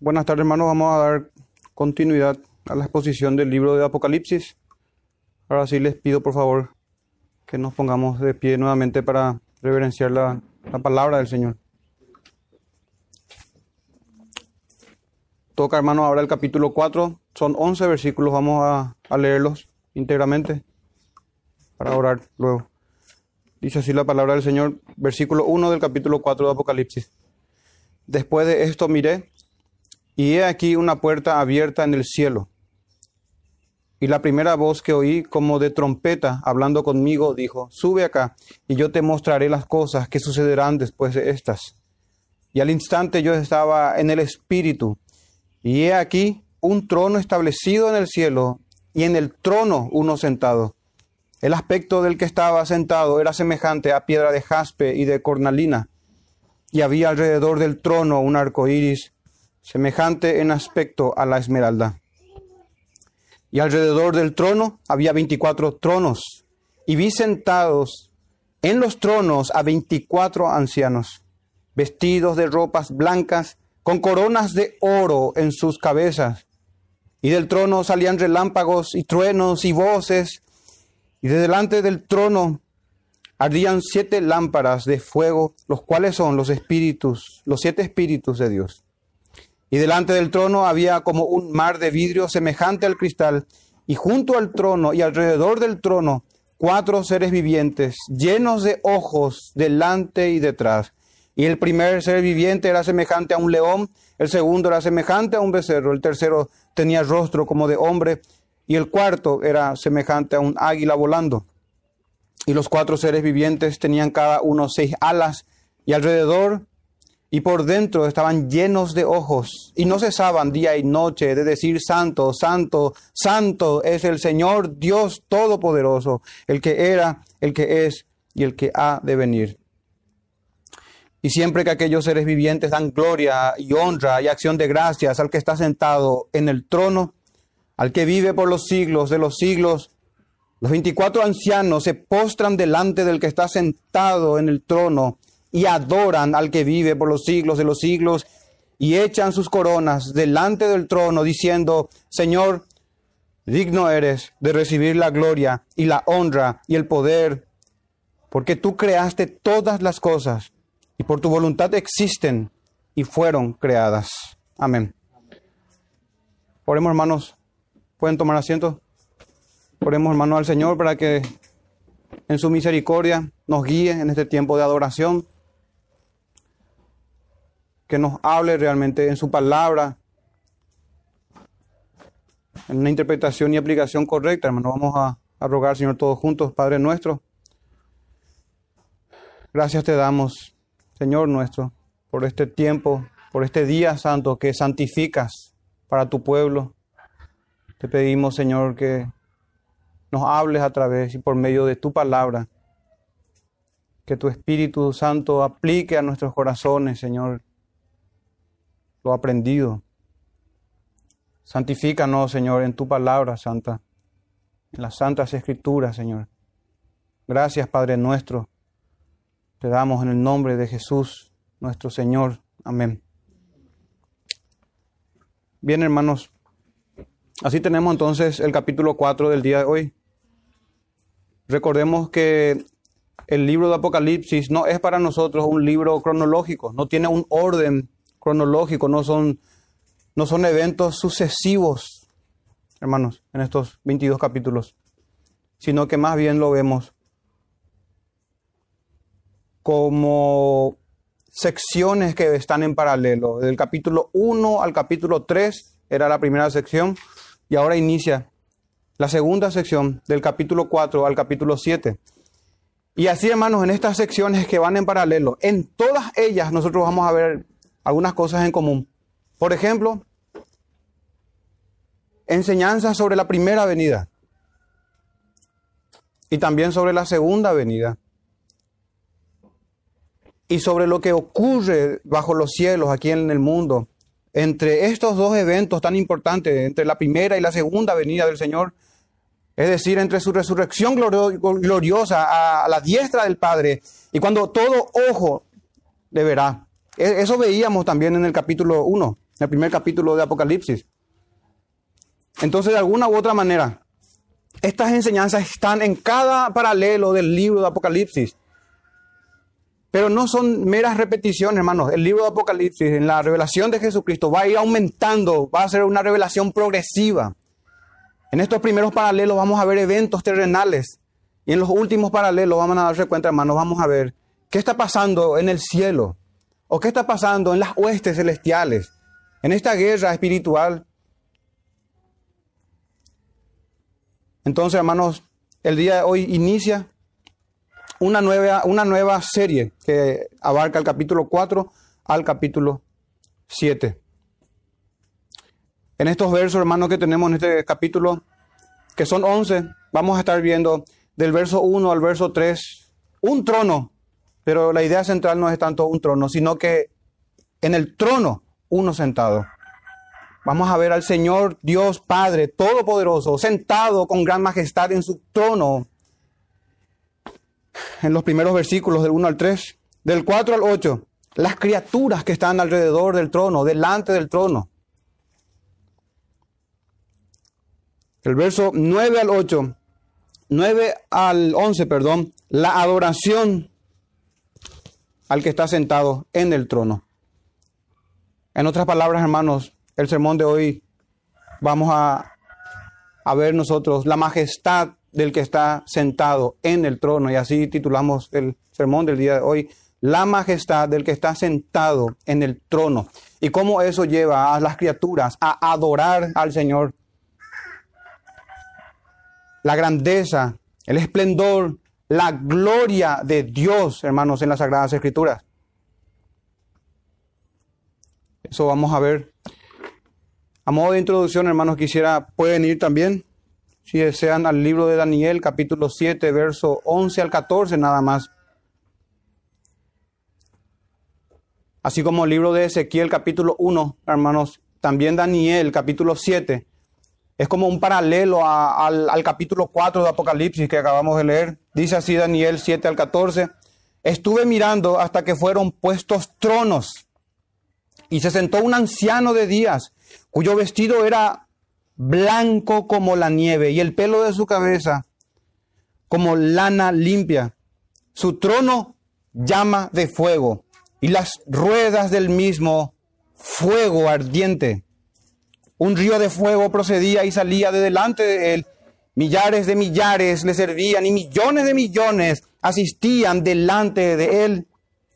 Buenas tardes, hermanos. Vamos a dar continuidad a la exposición del libro de Apocalipsis. Ahora sí les pido, por favor, que nos pongamos de pie nuevamente para reverenciar la palabra del Señor. Toca, hermanos, ahora el capítulo 4. Son 11 versículos. Vamos a leerlos íntegramente para orar luego. Dice así la palabra del Señor, versículo 1 del capítulo 4 de Apocalipsis. Después de esto miré, y he aquí una puerta abierta en el cielo. Y la primera voz que oí, como de trompeta, hablando conmigo, dijo: sube acá, y yo te mostraré las cosas que sucederán después de estas. Y al instante yo estaba en el Espíritu, y he aquí un trono establecido en el cielo, y en el trono uno sentado. El aspecto del que estaba sentado era semejante a piedra de jaspe y de cornalina, y había alrededor del trono un arco iris, semejante en aspecto a la esmeralda. Y alrededor del trono había 24 tronos, y vi sentados en los tronos a 24 ancianos, vestidos de ropas blancas, con coronas de oro en sus cabezas. Y del trono salían relámpagos y truenos y voces, y de delante del trono ardían 7 lámparas de fuego, los cuales son los 7 espíritus de Dios. Y delante del trono había como un mar de vidrio semejante al cristal, y junto al trono y alrededor del trono 4 seres vivientes, llenos de ojos delante y detrás. Y el primer ser viviente era semejante a un león, el segundo era semejante a un becerro, el tercero tenía rostro como de hombre, y el cuarto era semejante a un águila volando. Y los 4 seres vivientes tenían cada uno 6 alas, y alrededor y por dentro estaban llenos de ojos, y no cesaban día y noche de decir: Santo, Santo, Santo es el Señor Dios Todopoderoso, el que era, el que es y el que ha de venir. Y siempre que aquellos seres vivientes dan gloria y honra y acción de gracias al que está sentado en el trono, al que vive por los siglos de los siglos, los 24 ancianos se postran delante del que está sentado en el trono y adoran al que vive por los siglos de los siglos, y echan sus coronas delante del trono, diciendo: Señor, digno eres de recibir la gloria y la honra y el poder, porque tú creaste todas las cosas, y por tu voluntad existen y fueron creadas. Amén. Oremos, hermanos. ¿Pueden tomar asiento? Oremos, hermanos, al Señor para que en su misericordia nos guíe en este tiempo de adoración, que nos hable realmente en su palabra, en una interpretación y aplicación correcta, hermano. Vamos a rogar, Señor, todos juntos. Padre nuestro, gracias te damos, Señor nuestro, por este tiempo, por este día santo que santificas para tu pueblo. Te pedimos, Señor, que nos hables a través y por medio de tu palabra, que tu Espíritu Santo aplique a nuestros corazones, Señor, lo aprendido. Santifícanos, Señor, en tu palabra santa, en las santas escrituras, Señor. Gracias, Padre nuestro. Te damos en el nombre de Jesús, nuestro Señor. Amén. Bien, hermanos. Así tenemos entonces el capítulo 4 del día de hoy. Recordemos que el libro de Apocalipsis no es para nosotros un libro cronológico, no tiene un orden cronológico, no son eventos sucesivos, hermanos, en estos 22 capítulos, sino que más bien lo vemos como secciones que están en paralelo. Del capítulo 1 al capítulo 3 era la primera sección, y ahora inicia la segunda sección del capítulo 4 al capítulo 7. Y así, hermanos, en estas secciones que van en paralelo, en todas ellas nosotros vamos a ver algunas cosas en común. Por ejemplo, enseñanzas sobre la primera venida y también sobre la segunda venida, y sobre lo que ocurre bajo los cielos aquí en el mundo entre estos dos eventos tan importantes, entre la primera y la segunda venida del Señor, es decir, entre su resurrección gloriosa a la diestra del Padre y cuando todo ojo le verá. Eso veíamos también en el capítulo 1. el primer capítulo de Apocalipsis. Entonces, de alguna u otra manera, estas enseñanzas están en cada paralelo del libro de Apocalipsis. Pero no son meras repeticiones, hermanos. El libro de Apocalipsis, en la revelación de Jesucristo, va a ir aumentando, va a ser una revelación progresiva. En estos primeros paralelos vamos a ver eventos terrenales. Y en los últimos paralelos vamos a darse cuenta, hermanos, vamos a ver qué está pasando en el cielo. O qué está pasando en las huestes celestiales. En esta guerra espiritual. Entonces, hermanos, el día de hoy inicia una nueva serie que abarca el capítulo 4 al capítulo 7. En estos versos, hermanos, que tenemos en este capítulo, que son 11, vamos a estar viendo del verso 1 al verso 3, un trono, pero la idea central no es tanto un trono, sino que en el trono uno sentado. Vamos a ver al Señor Dios Padre Todopoderoso sentado con gran majestad en su trono. En los primeros versículos del 1 al 3, del 4 al 8, las criaturas que están alrededor del trono, delante del trono. El verso 9 al 8, 9 al 11, la adoración al que está sentado en el trono. En otras palabras, hermanos, el sermón de hoy vamos a ver nosotros la majestad del que está sentado en el trono. Y así titulamos el sermón del día de hoy, la majestad del que está sentado en el trono. Y cómo eso lleva a las criaturas a adorar al Señor. La grandeza, el esplendor, la gloria de Dios, hermanos, en las Sagradas Escrituras. Eso vamos a ver. A modo de introducción, hermanos, pueden ir también, si desean, al libro de Daniel, capítulo 7, verso 11 al 14, nada más. Así como el libro de Ezequiel, capítulo 1, hermanos, también Daniel, capítulo 7, es como un paralelo al capítulo 4 de Apocalipsis que acabamos de leer. Dice así Daniel 7 al 14, estuve mirando hasta que fueron puestos tronos, y se sentó un anciano de días, cuyo vestido era blanco como la nieve, y el pelo de su cabeza como lana limpia. Su trono llama de fuego, y las ruedas del mismo fuego ardiente. Un río de fuego procedía y salía de delante de él. Millares de millares le servían, y millones de millones asistían delante de él.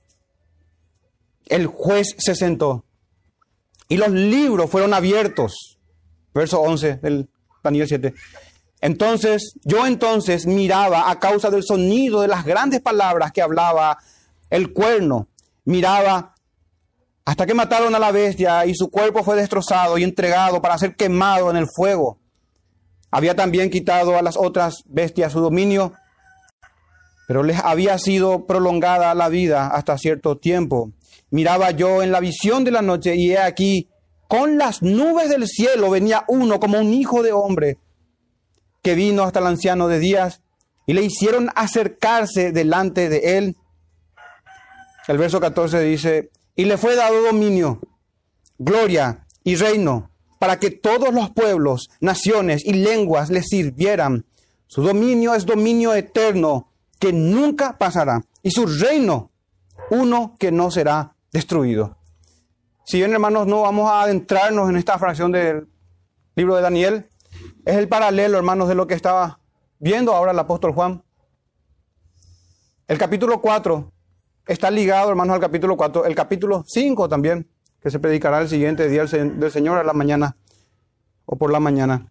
El juez se sentó, y los libros fueron abiertos. Verso 11 del Daniel 7. Yo entonces miraba a causa del sonido de las grandes palabras que hablaba el cuerno. Miraba hasta que mataron a la bestia y su cuerpo fue destrozado y entregado para ser quemado en el fuego. Había también quitado a las otras bestias su dominio, pero les había sido prolongada la vida hasta cierto tiempo. Miraba yo en la visión de la noche, y he aquí, con las nubes del cielo venía uno como un hijo de hombre, que vino hasta el anciano de días, y le hicieron acercarse delante de él. El verso 14 dice, y le fue dado dominio, gloria y reino, para que todos los pueblos, naciones y lenguas le sirvieran. Su dominio es dominio eterno, que nunca pasará, y su reino, uno que no será destruido. Si bien, hermanos, no vamos a adentrarnos en esta fracción del libro de Daniel, es el paralelo, hermanos, de lo que estaba viendo ahora el apóstol Juan. El capítulo 4 está ligado, hermanos, al capítulo 4. El capítulo 5 también, que se predicará el siguiente día del Señor a la mañana o por la mañana.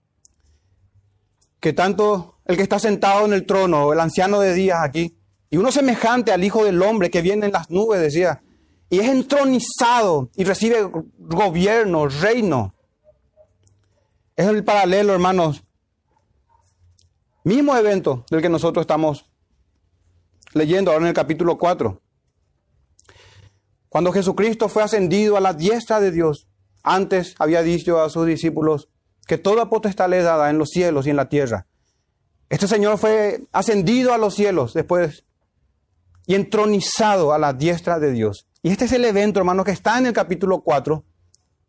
Que tanto el que está sentado en el trono, el anciano de días aquí, y uno semejante al Hijo del Hombre que viene en las nubes, decía, y es entronizado y recibe gobierno, reino. Es el paralelo, hermanos. Mismo evento del que nosotros estamos leyendo ahora en el capítulo 4. Cuando Jesucristo fue ascendido a la diestra de Dios, antes había dicho a sus discípulos que toda potestad le es dada en los cielos y en la tierra. Este Señor fue ascendido a los cielos después y entronizado a la diestra de Dios. Y este es el evento, hermanos, que está en el capítulo 4,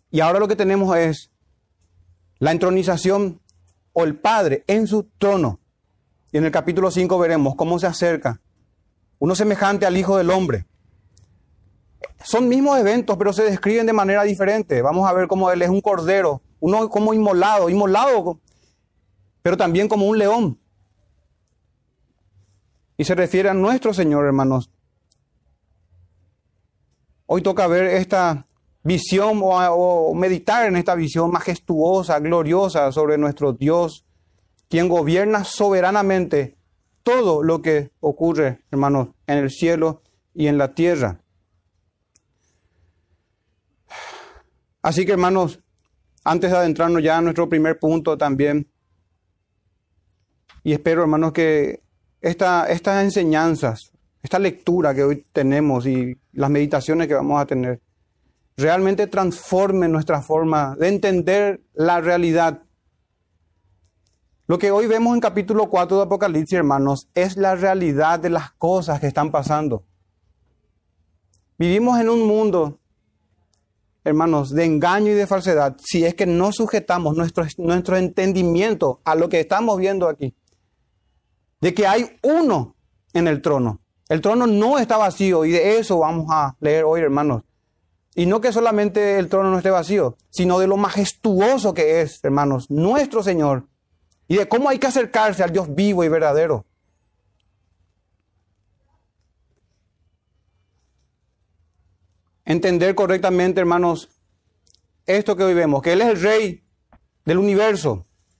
Y ahora lo que tenemos es la entronización o el Padre en su trono. Y en el capítulo 5 veremos cómo se acerca uno semejante al Hijo del Hombre. Son mismos eventos, pero se describen de manera diferente. Vamos a ver cómo Él es un cordero, uno como inmolado, pero también como un león. Y se refiere a nuestro Señor, hermanos. Hoy toca ver esta visión o meditar en esta visión majestuosa, gloriosa sobre nuestro Dios, quien gobierna soberanamente todo lo que ocurre, hermanos, en el cielo y en la tierra. Así que, hermanos, antes de adentrarnos ya a nuestro primer punto también, y espero, hermanos, que estas enseñanzas, esta lectura que hoy tenemos y las meditaciones que vamos a tener, realmente transformen nuestra forma de entender la realidad. Lo que hoy vemos en capítulo 4 de Apocalipsis, hermanos, es la realidad de las cosas que están pasando. Vivimos en un mundo, hermanos, de engaño y de falsedad, si es que no sujetamos nuestro entendimiento a lo que estamos viendo aquí, de que hay uno en el trono. El trono no está vacío y de eso vamos a leer hoy, hermanos. Y no que solamente el trono no esté vacío, sino de lo majestuoso que es, hermanos, nuestro Señor. Y de cómo hay que acercarse al Dios vivo y verdadero. Entender correctamente, hermanos, esto que hoy vemos, que Él es el Rey del universo,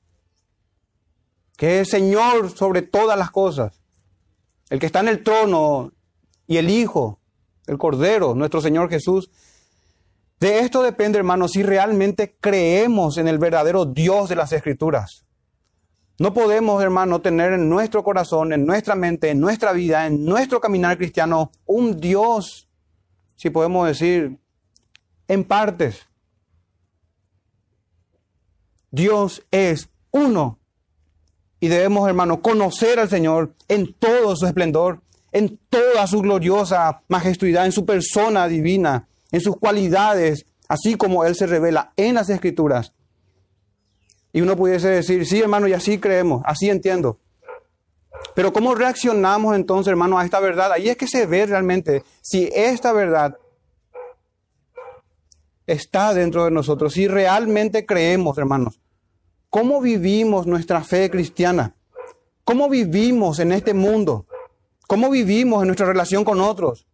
que es Señor sobre todas las cosas, el que está en el trono y el Hijo, el Cordero, nuestro Señor Jesús. De esto depende, hermanos, si realmente creemos en el verdadero Dios de las Escrituras. No podemos, hermano, tener en nuestro corazón, en nuestra mente, en nuestra vida, en nuestro caminar cristiano, un Dios, si podemos decir, en partes. Dios es uno. Y debemos, hermano, conocer al Señor en todo su esplendor, en toda su gloriosa majestuosidad, en su persona divina, en sus cualidades, así como Él se revela en las Escrituras. Y uno pudiese decir, sí, hermano, y así creemos, así entiendo. Pero ¿cómo reaccionamos entonces, hermano, a esta verdad? Ahí es que se ve realmente si esta verdad está dentro de nosotros, si realmente creemos, hermanos. ¿Cómo vivimos nuestra fe cristiana? ¿Cómo vivimos en este mundo? ¿Cómo vivimos en nuestra relación con otros?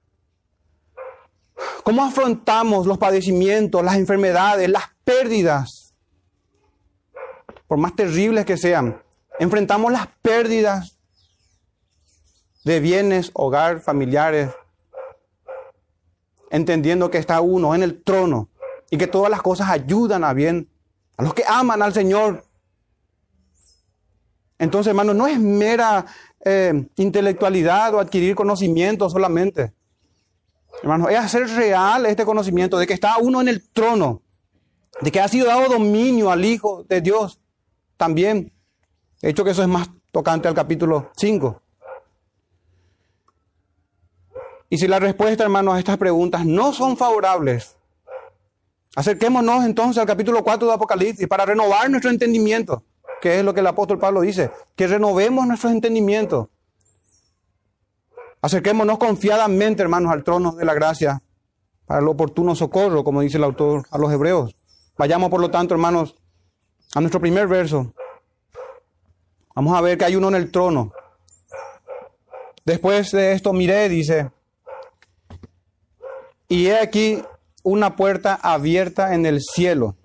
¿Cómo afrontamos los padecimientos, las enfermedades, las pérdidas? Por más terribles que sean, enfrentamos las pérdidas de bienes, hogar, familiares, entendiendo que está uno en el trono y que todas las cosas ayudan a bien a los que aman al Señor. Entonces, hermano, no es mera intelectualidad o adquirir conocimiento solamente. Hermano, es hacer real este conocimiento de que está uno en el trono, de que ha sido dado dominio al Hijo de Dios también. De hecho, que eso es más tocante al capítulo 5. Y si la respuesta, hermanos, a estas preguntas no son favorables, acerquémonos entonces al capítulo 4 de Apocalipsis para renovar nuestro entendimiento, que es lo que el apóstol Pablo dice, que renovemos nuestros entendimientos. Acerquémonos confiadamente, hermanos, al trono de la gracia para el oportuno socorro, como dice el autor a los Hebreos. Vayamos, por lo tanto, hermanos, a nuestro primer verso. Vamos a ver que hay uno en el trono. Después de esto miré, dice, y he aquí una puerta abierta en el cielo.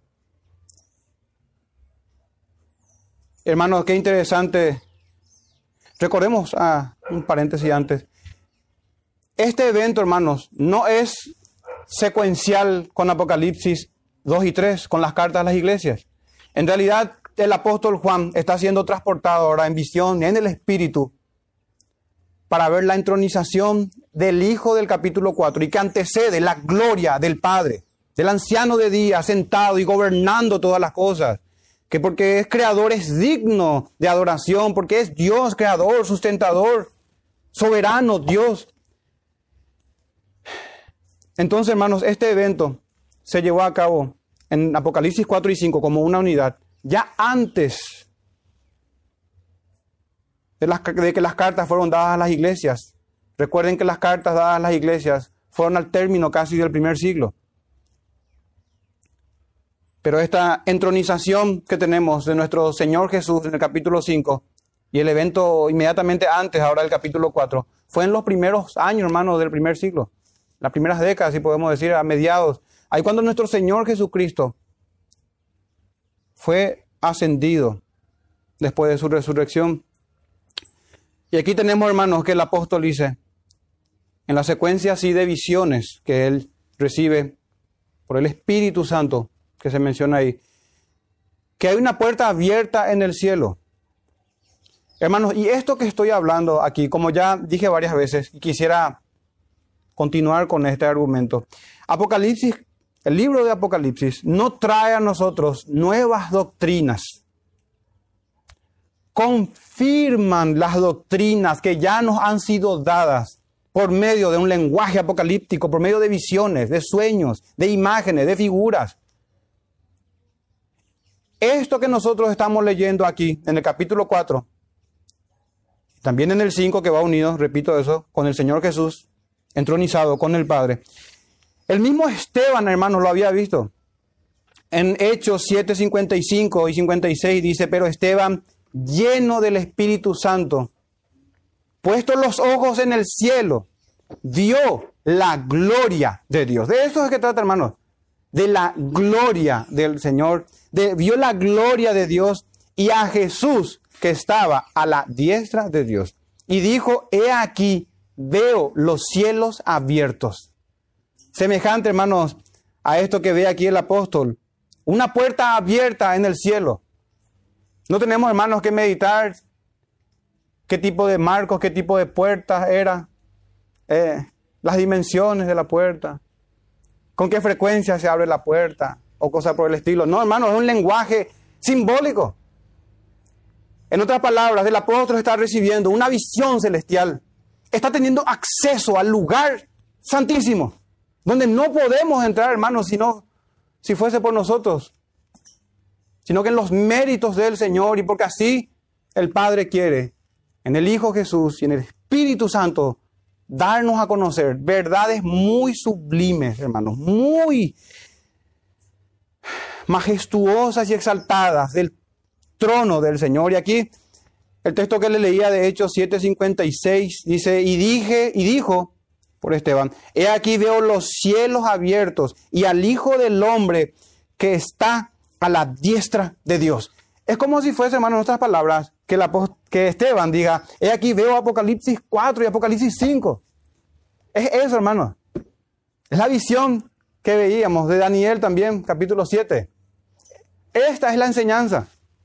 Hermanos, qué interesante. Recordemos un paréntesis antes. Este evento, hermanos, no es secuencial con Apocalipsis 2 y 3, con las cartas a las iglesias. En realidad, el apóstol Juan está siendo transportado ahora en visión, en el Espíritu, para ver la entronización del Hijo del capítulo 4 y que antecede la gloria del Padre, del anciano de día, sentado y gobernando todas las cosas. Que porque es creador es digno de adoración, porque es Dios, creador, sustentador, soberano, Dios. Entonces, hermanos, este evento se llevó a cabo en Apocalipsis 4 y 5 como una unidad, ya antes de que las cartas fueron dadas a las iglesias. Recuerden que las cartas dadas a las iglesias fueron al término casi del primer siglo. Pero esta entronización que tenemos de nuestro Señor Jesús en el capítulo 5 y el evento inmediatamente antes, ahora del capítulo 4, fue en los primeros años, hermanos, del primer siglo. Las primeras décadas, si podemos decir, a mediados. Ahí cuando nuestro Señor Jesucristo fue ascendido después de su resurrección. Y aquí tenemos, hermanos, que el apóstol dice, en la secuencia así de visiones que él recibe por el Espíritu Santo, que se menciona ahí, que hay una puerta abierta en el cielo. Hermanos, y esto que estoy hablando aquí, como ya dije varias veces, y quisiera continuar con este argumento. Apocalipsis, el libro de Apocalipsis, no trae a nosotros nuevas doctrinas. Confirman las doctrinas que ya nos han sido dadas por medio de un lenguaje apocalíptico, por medio de visiones, de sueños, de imágenes, de figuras. Esto que nosotros estamos leyendo aquí en el capítulo 4, también en el 5 que va unido, repito eso, con el Señor Jesús, entronizado con el Padre. El mismo Esteban, hermanos, lo había visto. En Hechos 7, 55 y 56 dice, pero Esteban, lleno del Espíritu Santo, puestos los ojos en el cielo, vio la gloria de Dios. De eso es que trata, hermanos, de la gloria del Señor. Vio la gloria de Dios y a Jesús que estaba a la diestra de Dios. Y dijo, he aquí, veo los cielos abiertos. Semejante, hermanos, a esto que ve aquí el apóstol. Una puerta abierta en el cielo. No tenemos, hermanos, que meditar qué tipo de marcos, qué tipo de puertas era, las dimensiones de la puerta, con qué frecuencia se abre la puerta o cosas por el estilo. No, hermanos, es un lenguaje simbólico. En otras palabras, el apóstol está recibiendo una visión celestial. Está teniendo acceso al lugar santísimo, donde no podemos entrar, hermanos, si fuese por nosotros, sino que en los méritos del Señor, y porque así el Padre quiere, en el Hijo Jesús y en el Espíritu Santo, darnos a conocer verdades muy sublimes, hermanos, muy majestuosas y exaltadas del trono del Señor. Y aquí el texto que le leía de Hechos 7:56 dice, y dijo por Esteban, he aquí veo los cielos abiertos y al Hijo del Hombre que está a la diestra de Dios. Es como si fuese, hermano, en otras palabras, que Esteban diga, he aquí veo Apocalipsis 4 y Apocalipsis 5. Es eso, hermano. Es la visión que veíamos de Daniel también, capítulo 7. Esta es la enseñanza.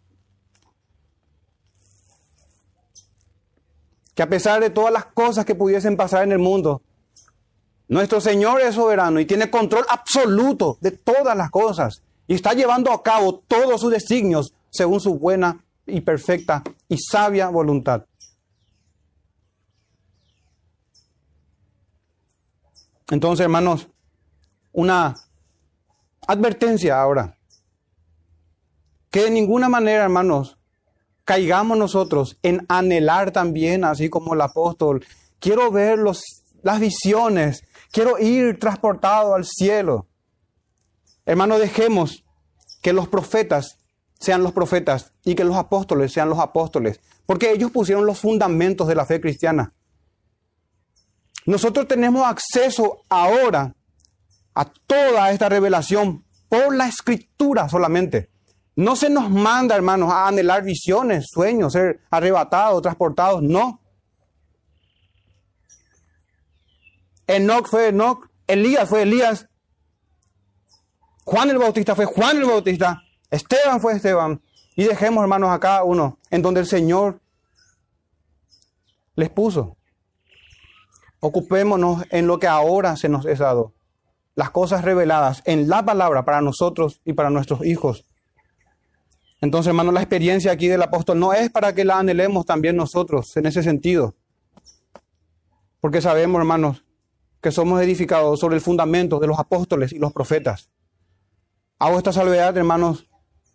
Que a pesar de todas las cosas que pudiesen pasar en el mundo, nuestro Señor es soberano y tiene control absoluto de todas las cosas. Y está llevando a cabo todos sus designios según su buena y perfecta y sabia voluntad. Entonces, hermanos, una advertencia ahora. Que de ninguna manera, hermanos, caigamos nosotros en anhelar también, así como el apóstol. Quiero ver las visiones, quiero ir transportado al cielo. Hermanos, dejemos que los profetas sean los profetas y que los apóstoles sean los apóstoles, porque ellos pusieron los fundamentos de la fe cristiana. Nosotros tenemos acceso ahora a toda esta revelación por la Escritura solamente. No se nos manda, hermanos, a anhelar visiones, sueños, ser arrebatados, transportados, no. Enoc fue Enoc, Elías fue Elías, Juan el Bautista fue Juan el Bautista, Esteban fue Esteban. Y dejemos, hermanos, a cada uno en donde el Señor les puso. Ocupémonos en lo que ahora se nos es dado. Las cosas reveladas en la palabra para nosotros y para nuestros hijos. Entonces, hermanos, la experiencia aquí del apóstol no es para que la anhelemos también nosotros en ese sentido. Porque sabemos, hermanos, que somos edificados sobre el fundamento de los apóstoles y los profetas. Hago esta salvedad, hermanos.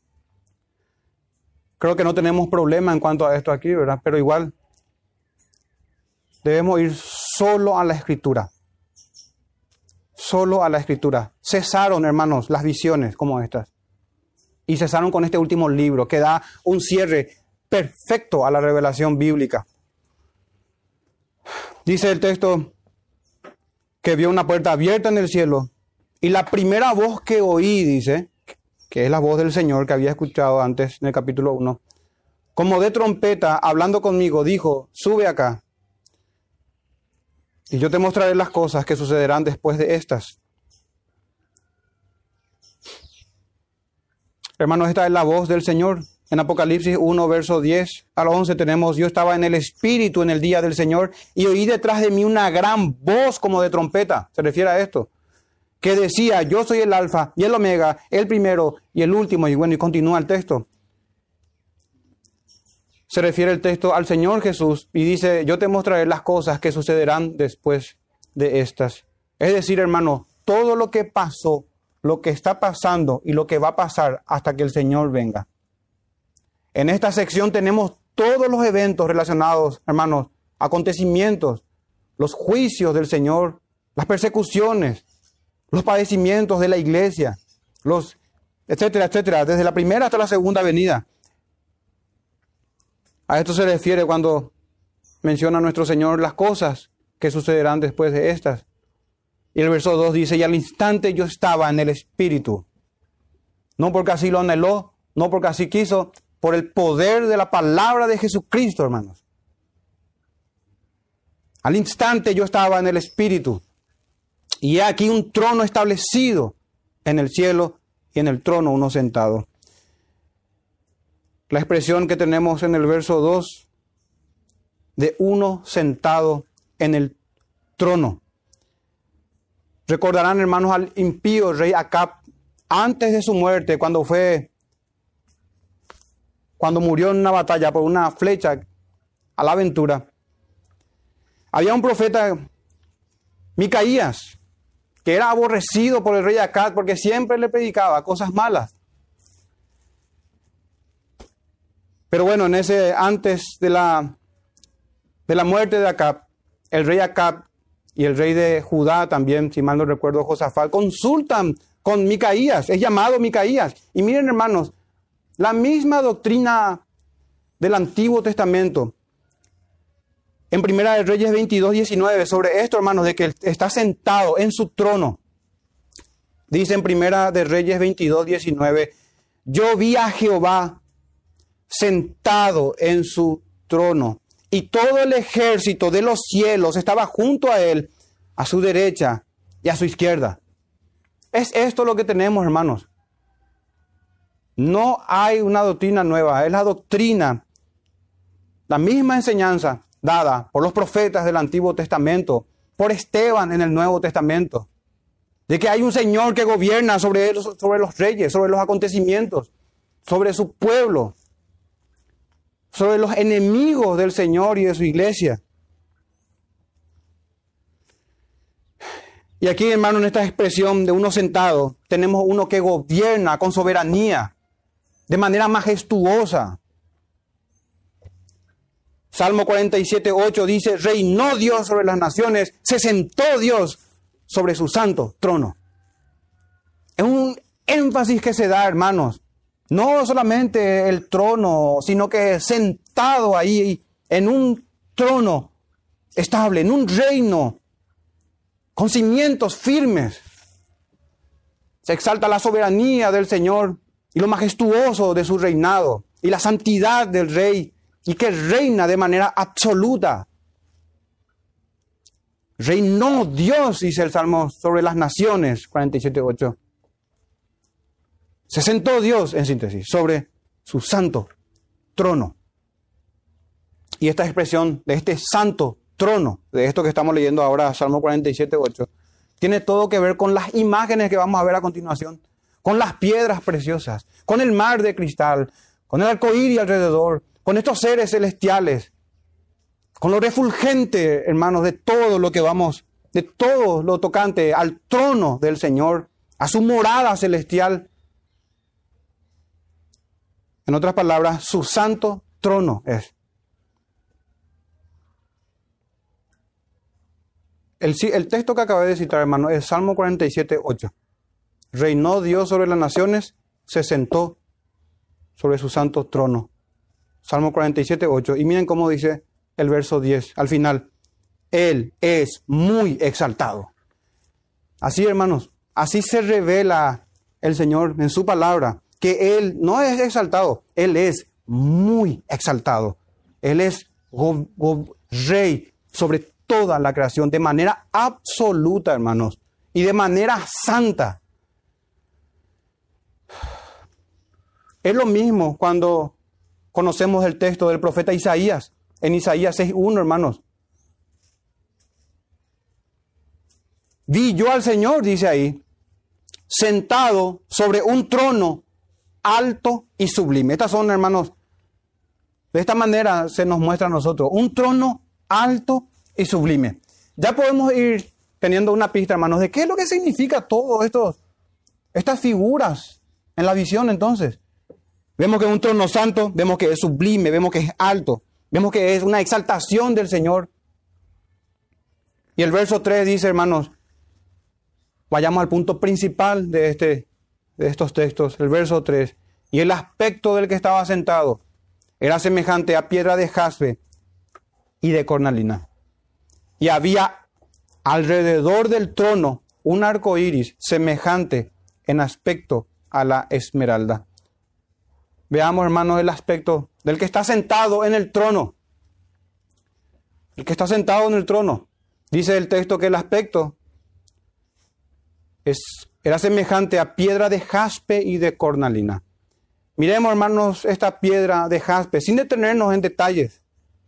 Creo que no tenemos problema en cuanto a esto aquí, ¿verdad? Pero igual debemos ir solo a la Escritura. Solo a la Escritura. Cesaron, hermanos, las visiones como estas. Y cesaron con este último libro que da un cierre perfecto a la revelación bíblica. Dice el texto que vio una puerta abierta en el cielo y la primera voz que oí, dice, que es la voz del Señor que había escuchado antes en el capítulo 1, como de trompeta, hablando conmigo, dijo, sube acá y yo te mostraré las cosas que sucederán después de estas. Hermanos, esta es la voz del Señor. En Apocalipsis 1, verso 10 al 11 tenemos, yo estaba en el Espíritu en el día del Señor y oí detrás de mí una gran voz como de trompeta. Se refiere a esto. Que decía, yo soy el Alfa y el Omega, el primero y el último. Y bueno, y continúa el texto. Se refiere el texto al Señor Jesús y dice, yo te mostraré las cosas que sucederán después de estas. Es decir, hermano, todo lo que pasó, lo que está pasando y lo que va a pasar hasta que el Señor venga. En esta sección tenemos todos los eventos relacionados, hermanos, acontecimientos, los juicios del Señor, las persecuciones, los padecimientos de la iglesia, los etcétera, etcétera, desde la primera hasta la segunda venida. A esto se refiere cuando menciona nuestro Señor las cosas que sucederán después de estas. Y el verso 2 dice, y al instante yo estaba en el Espíritu. No porque así lo anheló, no porque así quiso, por el poder de la palabra de Jesucristo, hermanos. Al instante yo estaba en el Espíritu. Y he aquí un trono establecido en el cielo y en el trono uno sentado. La expresión que tenemos en el verso 2 de uno sentado en el trono. Recordarán, hermanos, al impío rey Acab, antes de su muerte, cuando murió en una batalla por una flecha a la aventura. Había un profeta, Micaías, que era aborrecido por el rey Acab porque siempre le predicaba cosas malas. Pero bueno, antes de la muerte de Acab, el rey Acab y el rey de Judá también, si mal no recuerdo, Josafat, consultan con Micaías, es llamado Micaías. Y miren, hermanos, la misma doctrina del Antiguo Testamento, en Primera de Reyes 22, 19, sobre esto, hermanos, de que él está sentado en su trono. Dice en Primera de Reyes 22, 19, yo vi a Jehová sentado en su trono, y todo el ejército de los cielos estaba junto a él, a su derecha y a su izquierda. Es esto lo que tenemos, hermanos. No hay una doctrina nueva, es la doctrina, la misma enseñanza dada por los profetas del Antiguo Testamento, por Esteban en el Nuevo Testamento, de que hay un Señor que gobierna sobre los reyes, sobre los acontecimientos, sobre su pueblo, sobre los enemigos del Señor y de su iglesia. Y aquí, hermano, en esta expresión de uno sentado, tenemos uno que gobierna con soberanía, de manera majestuosa. Salmo 47, 8 dice, reinó Dios sobre las naciones, se sentó Dios sobre su santo trono. Es un énfasis que se da, hermanos. No solamente el trono, sino que sentado ahí en un trono estable, en un reino con cimientos firmes. Se exalta la soberanía del Señor y lo majestuoso de su reinado y la santidad del Rey y que reina de manera absoluta. Reinó Dios, dice el Salmo, sobre las naciones, 47:8. Se sentó Dios, en síntesis, sobre su santo trono. Y esta expresión de este santo trono, de esto que estamos leyendo ahora, Salmo 47:8, tiene todo que ver con las imágenes que vamos a ver a continuación, con las piedras preciosas, con el mar de cristal, con el arcoíris alrededor, con estos seres celestiales, con lo refulgente, hermanos, de todo lo tocante al trono del Señor, a su morada celestial, En otras palabras, su santo trono es. El texto que acabé de citar, hermano, es Salmo 47, 8. Reinó Dios sobre las naciones, se sentó sobre su santo trono. Salmo 47, 8. Y miren cómo dice el verso 10, al final. Él es muy exaltado. Así, hermanos, así se revela el Señor en su palabra, que Él no es exaltado, Él es muy exaltado. Él es rey sobre toda la creación, de manera absoluta, hermanos, y de manera santa. Es lo mismo cuando conocemos el texto del profeta Isaías, en Isaías 6:1, hermanos. Vi yo al Señor, dice ahí, sentado sobre un trono alto y sublime. Estas son, hermanos, de esta manera se nos muestra a nosotros, un trono alto y sublime. Ya podemos ir teniendo una pista, hermanos, de qué es lo que significa todo estas figuras en la visión entonces. Vemos que es un trono santo, vemos que es sublime, vemos que es alto, vemos que es una exaltación del Señor. Y el verso 3 dice, hermanos, vayamos al punto principal de estos textos, el verso 3. Y el aspecto del que estaba sentado era semejante a piedra de jaspe y de cornalina. Y había alrededor del trono un arco iris semejante en aspecto a la esmeralda. Veamos, hermanos, el aspecto del que está sentado en el trono. El que está sentado en el trono. Dice el texto que el aspecto era semejante a piedra de jaspe y de cornalina. Miremos, hermanos, esta piedra de jaspe, sin detenernos en detalles,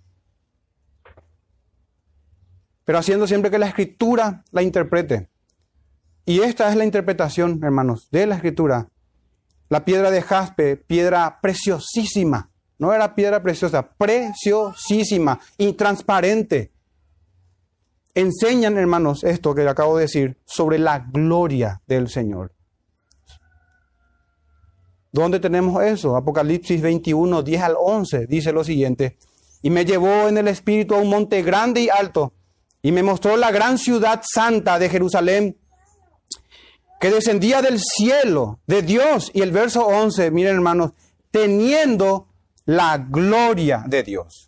pero haciendo siempre que la Escritura la interprete. Y esta es la interpretación, hermanos, de la Escritura. La piedra de jaspe, piedra preciosísima. No era piedra preciosa, preciosísima, intransparente. Enseñan, hermanos, esto que acabo de decir, sobre la gloria del Señor. ¿Dónde tenemos eso? Apocalipsis 21, 10 al 11, dice lo siguiente. Y me llevó en el espíritu a un monte grande y alto, y me mostró la gran ciudad santa de Jerusalén, que descendía del cielo de Dios. Y el verso 11, miren, hermanos, teniendo la gloria de Dios.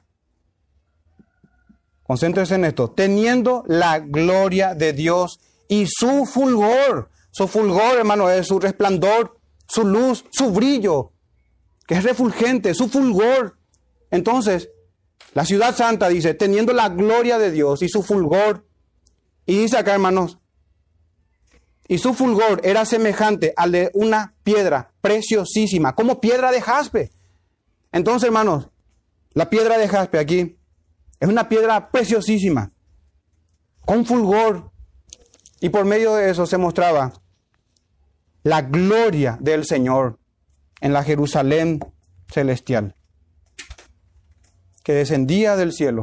Concéntrense en esto. Teniendo la gloria de Dios y su fulgor. Su fulgor, hermano, es su resplandor, su luz, su brillo, que es refulgente, su fulgor. Entonces, la ciudad santa dice, teniendo la gloria de Dios y su fulgor. Y dice acá, hermanos, y su fulgor era semejante al de una piedra preciosísima, como piedra de jaspe. Entonces, hermanos, la piedra de jaspe aquí es una piedra preciosísima, con fulgor. Y por medio de eso se mostraba la gloria del Señor en la Jerusalén celestial, que descendía del cielo.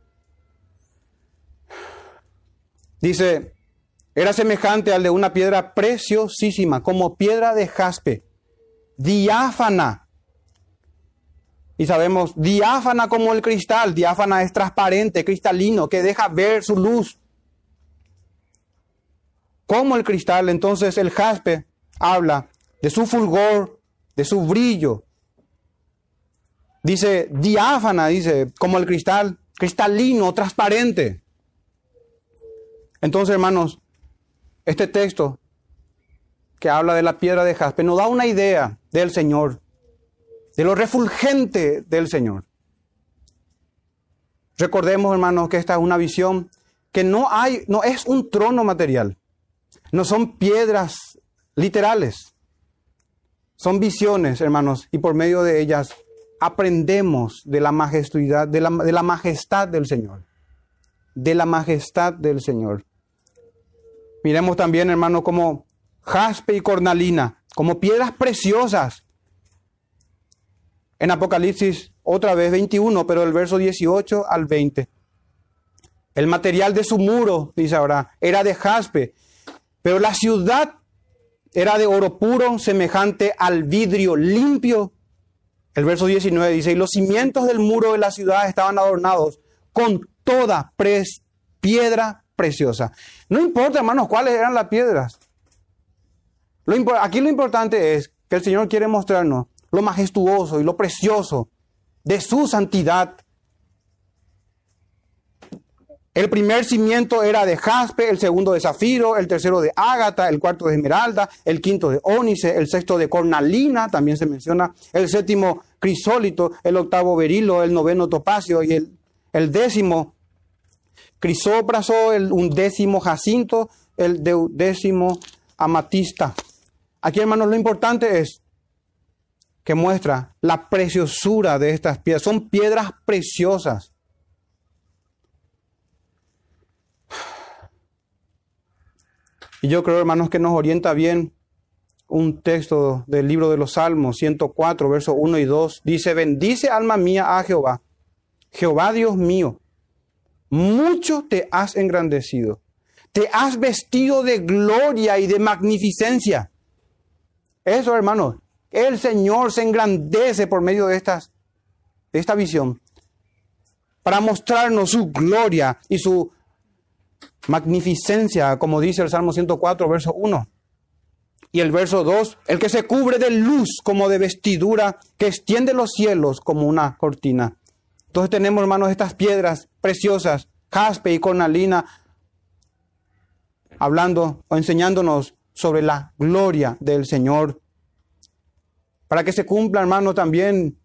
Dice, era semejante al de una piedra preciosísima, como piedra de jaspe, diáfana. Y sabemos, diáfana como el cristal. Diáfana es transparente, cristalino, que deja ver su luz. Como el cristal, entonces el jaspe habla de su fulgor, de su brillo. Dice, diáfana, dice, como el cristal, cristalino, transparente. Entonces, hermanos, este texto que habla de la piedra de jaspe nos da una idea del Señor, de lo refulgente del Señor. Recordemos, hermanos, que esta es una visión que no es un trono material. No son piedras literales. Son visiones, hermanos, y por medio de ellas aprendemos de la majestuosidad, de la majestad del Señor. De la majestad del Señor. Miremos también, hermanos, como jaspe y cornalina, como piedras preciosas. En Apocalipsis, otra vez 21, pero el verso 18 al 20. El material de su muro, dice ahora, era de jaspe, pero la ciudad era de oro puro, semejante al vidrio limpio El verso 19 dice, y los cimientos del muro de la ciudad estaban adornados con toda piedra preciosa. No importa, hermanos, cuáles eran las piedras. Aquí lo importante es que el Señor quiere mostrarnos lo majestuoso y lo precioso de su santidad. El primer cimiento era de jaspe, el segundo de zafiro, el tercero de ágata, el cuarto de esmeralda, el quinto de ónice, el sexto de cornalina, también se menciona, el séptimo crisólito, el octavo berilo, el noveno topacio y el décimo crisópraso, el undécimo jacinto, el décimo amatista. Aquí, hermanos, lo importante es que muestra la preciosura de estas piedras. Son piedras preciosas. Y yo creo, hermanos, que nos orienta bien un texto del libro de los Salmos, 104, versos 1 y 2. Dice, bendice alma mía a Jehová. Jehová Dios mío, mucho te has engrandecido. Te has vestido de gloria y de magnificencia. Eso, hermanos, el Señor se engrandece por medio de esta visión para mostrarnos su gloria y su magnificencia, como dice el Salmo 104, verso 1. Y el verso 2, el que se cubre de luz como de vestidura, que extiende los cielos como una cortina. Entonces tenemos, hermanos, estas piedras preciosas, jaspe y cornalina, hablando o enseñándonos sobre la gloria del Señor. Para que se cumpla, hermano, también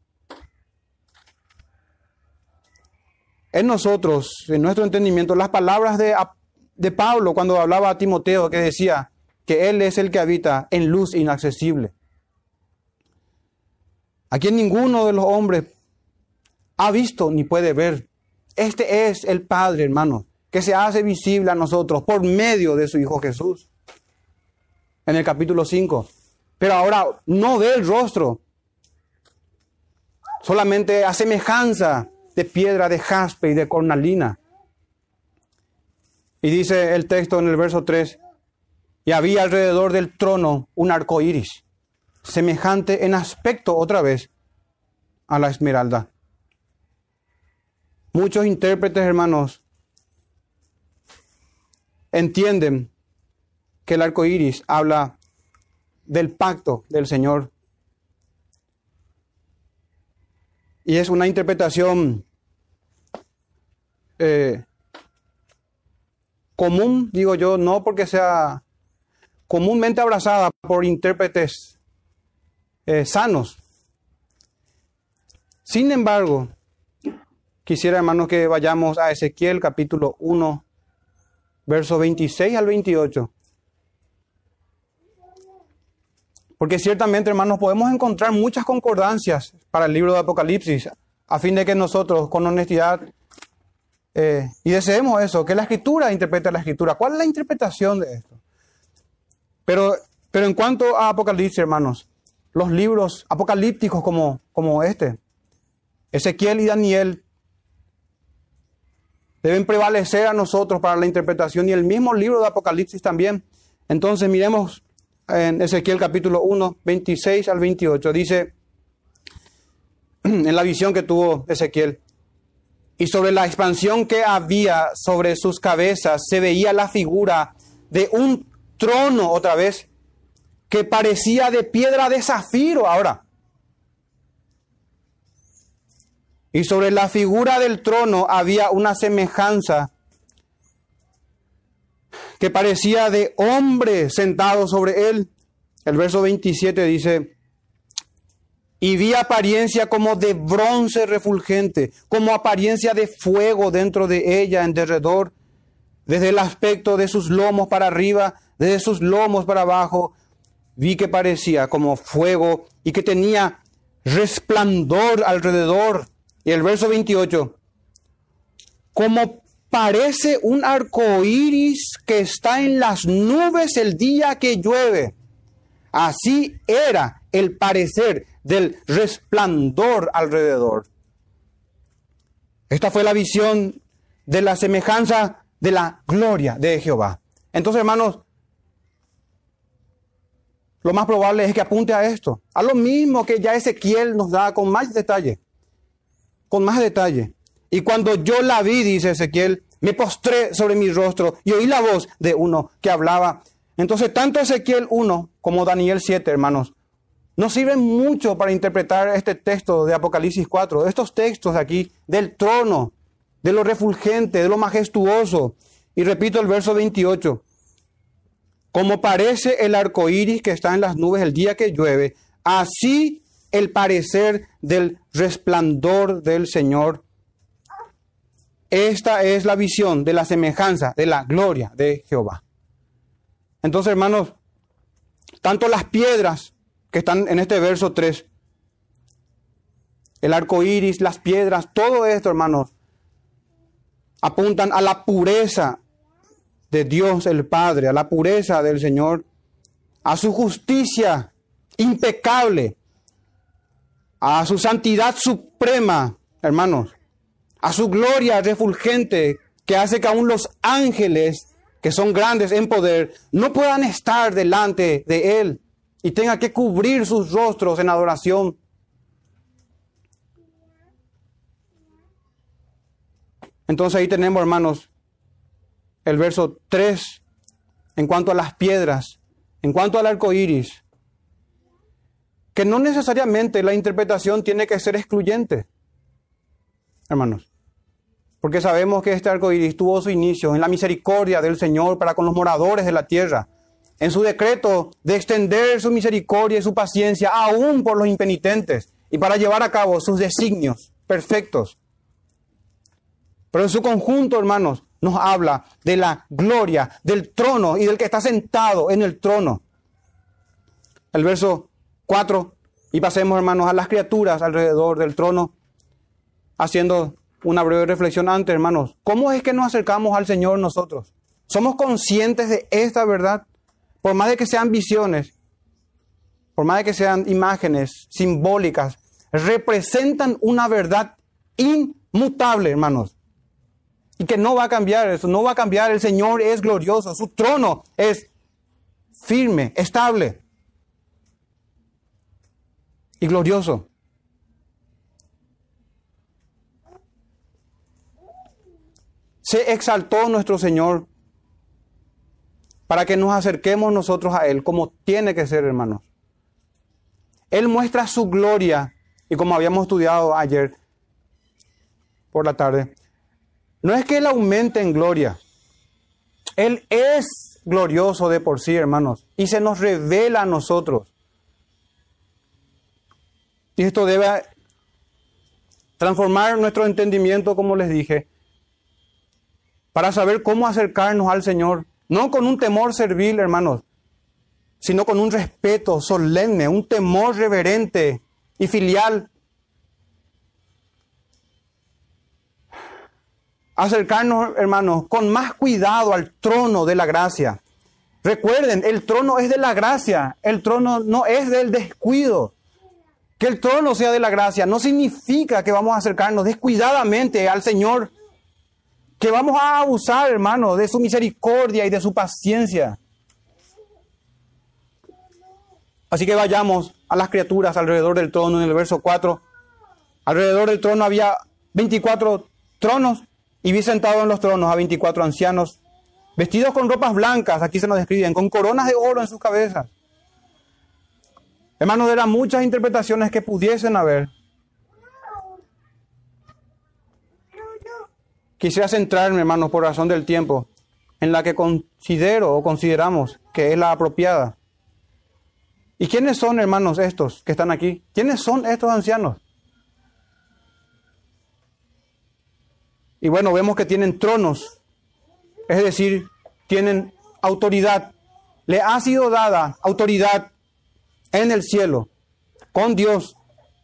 en nosotros, en nuestro entendimiento, las palabras de Pablo cuando hablaba a Timoteo, que decía que él es el que habita en luz inaccesible. A quien ninguno de los hombres ha visto ni puede ver. Este es el Padre, hermano, que se hace visible a nosotros por medio de su Hijo Jesús. En el capítulo 5. Pero ahora no ve el rostro, solamente a semejanza de piedra de jaspe y de cornalina. Y dice el texto en el verso 3, y había alrededor del trono un arco iris, semejante en aspecto otra vez a la esmeralda. Muchos intérpretes, hermanos, entienden que el arco iris habla del pacto del Señor. Y es una interpretación común, digo yo, no porque sea comúnmente abrazada por intérpretes sanos. Sin embargo, quisiera, hermanos, que vayamos a Ezequiel capítulo 1, versos 26 al 28. Porque ciertamente, hermanos, podemos encontrar muchas concordancias para el libro de Apocalipsis, a fin de que nosotros, con honestidad, y deseemos eso, que la Escritura interprete la Escritura. ¿Cuál es la interpretación de esto? Pero en cuanto a Apocalipsis, hermanos, los libros apocalípticos como este, Ezequiel y Daniel, deben prevalecer a nosotros para la interpretación, y el mismo libro de Apocalipsis también. Entonces miremos en Ezequiel capítulo 1, 26 al 28, dice, en la visión que tuvo Ezequiel, y sobre la expansión que había sobre sus cabezas se veía la figura de un trono, otra vez, que parecía de piedra de zafiro ahora. Y sobre la figura del trono había una semejanza que parecía de hombre sentado sobre él. El verso 27 dice, y vi apariencia como de bronce refulgente, como apariencia de fuego dentro de ella en derredor, desde el aspecto de sus lomos para arriba, desde sus lomos para abajo, vi que parecía como fuego y que tenía resplandor alrededor. Y el verso 28, como parece un arco iris que está en las nubes el día que llueve. Así era el parecer del resplandor alrededor. Esta fue la visión de la semejanza de la gloria de Jehová. Entonces, hermanos, lo más probable es que apunte a esto, a lo mismo que ya Ezequiel nos da con más detalle. Con más detalle. Y cuando yo la vi, dice Ezequiel, me postré sobre mi rostro y oí la voz de uno que hablaba. Entonces, tanto Ezequiel 1 como Daniel 7, hermanos, nos sirven mucho para interpretar este texto de Apocalipsis 4. Estos textos aquí del trono, de lo refulgente, de lo majestuoso. Y repito el verso 28. Como parece el arco iris que está en las nubes el día que llueve, así el parecer del resplandor del Señor. Esta es la visión de la semejanza de la gloria de Jehová. Entonces, hermanos, tanto las piedras que están en este verso 3, el arco iris, las piedras, todo esto, hermanos, apuntan a la pureza de Dios el Padre, a la pureza del Señor, a su justicia impecable, a su santidad suprema, hermanos, a su gloria refulgente que hace que aún los ángeles, que son grandes en poder, no puedan estar delante de Él y tengan que cubrir sus rostros en adoración. Entonces ahí tenemos, hermanos, el verso 3, en cuanto a las piedras, en cuanto al arco iris, que no necesariamente la interpretación tiene que ser excluyente, hermanos, porque sabemos que este arco iris tuvo su inicio en la misericordia del Señor para con los moradores de la tierra, en su decreto de extender su misericordia y su paciencia aún por los impenitentes y para llevar a cabo sus designios perfectos. Pero en su conjunto, hermanos, nos habla de la gloria del trono y del que está sentado en el trono. El verso 4, y pasemos, hermanos, a las criaturas alrededor del trono, haciendo una breve reflexión antes, hermanos. ¿Cómo es que nos acercamos al Señor nosotros? ¿Somos conscientes de esta verdad? Por más de que sean visiones, por más de que sean imágenes simbólicas, representan una verdad inmutable, hermanos. Y que no va a cambiar eso, no va a cambiar. El Señor es glorioso, su trono es firme, estable y glorioso. Se exaltó nuestro Señor para que nos acerquemos nosotros a Él, como tiene que ser, hermanos. Él muestra su gloria, y como habíamos estudiado ayer por la tarde, no es que Él aumente en gloria. Él es glorioso de por sí, hermanos, y se nos revela a nosotros. Y esto debe transformar nuestro entendimiento, como les dije, para saber cómo acercarnos al Señor. No con un temor servil, hermanos, sino con un respeto solemne, un temor reverente y filial. Acercarnos, hermanos, con más cuidado al trono de la gracia. Recuerden, el trono es de la gracia, el trono no es del descuido. Que el trono sea de la gracia no significa que vamos a acercarnos descuidadamente al Señor, que vamos a abusar, hermanos, de su misericordia y de su paciencia. Así que vayamos a las criaturas alrededor del trono en el verso 4. Alrededor del trono había 24 tronos y vi sentados en los tronos a 24 ancianos, vestidos con ropas blancas, aquí se nos describen, con coronas de oro en sus cabezas. Hermanos, eran muchas interpretaciones que pudiesen haber. Quisiera centrarme, hermanos, por razón del tiempo, en la que considero o consideramos que es la apropiada. ¿Y quiénes son, hermanos, estos que están aquí? ¿Quiénes son estos ancianos? Y bueno, vemos que tienen tronos, es decir, tienen autoridad. Le ha sido dada autoridad en el cielo, con Dios.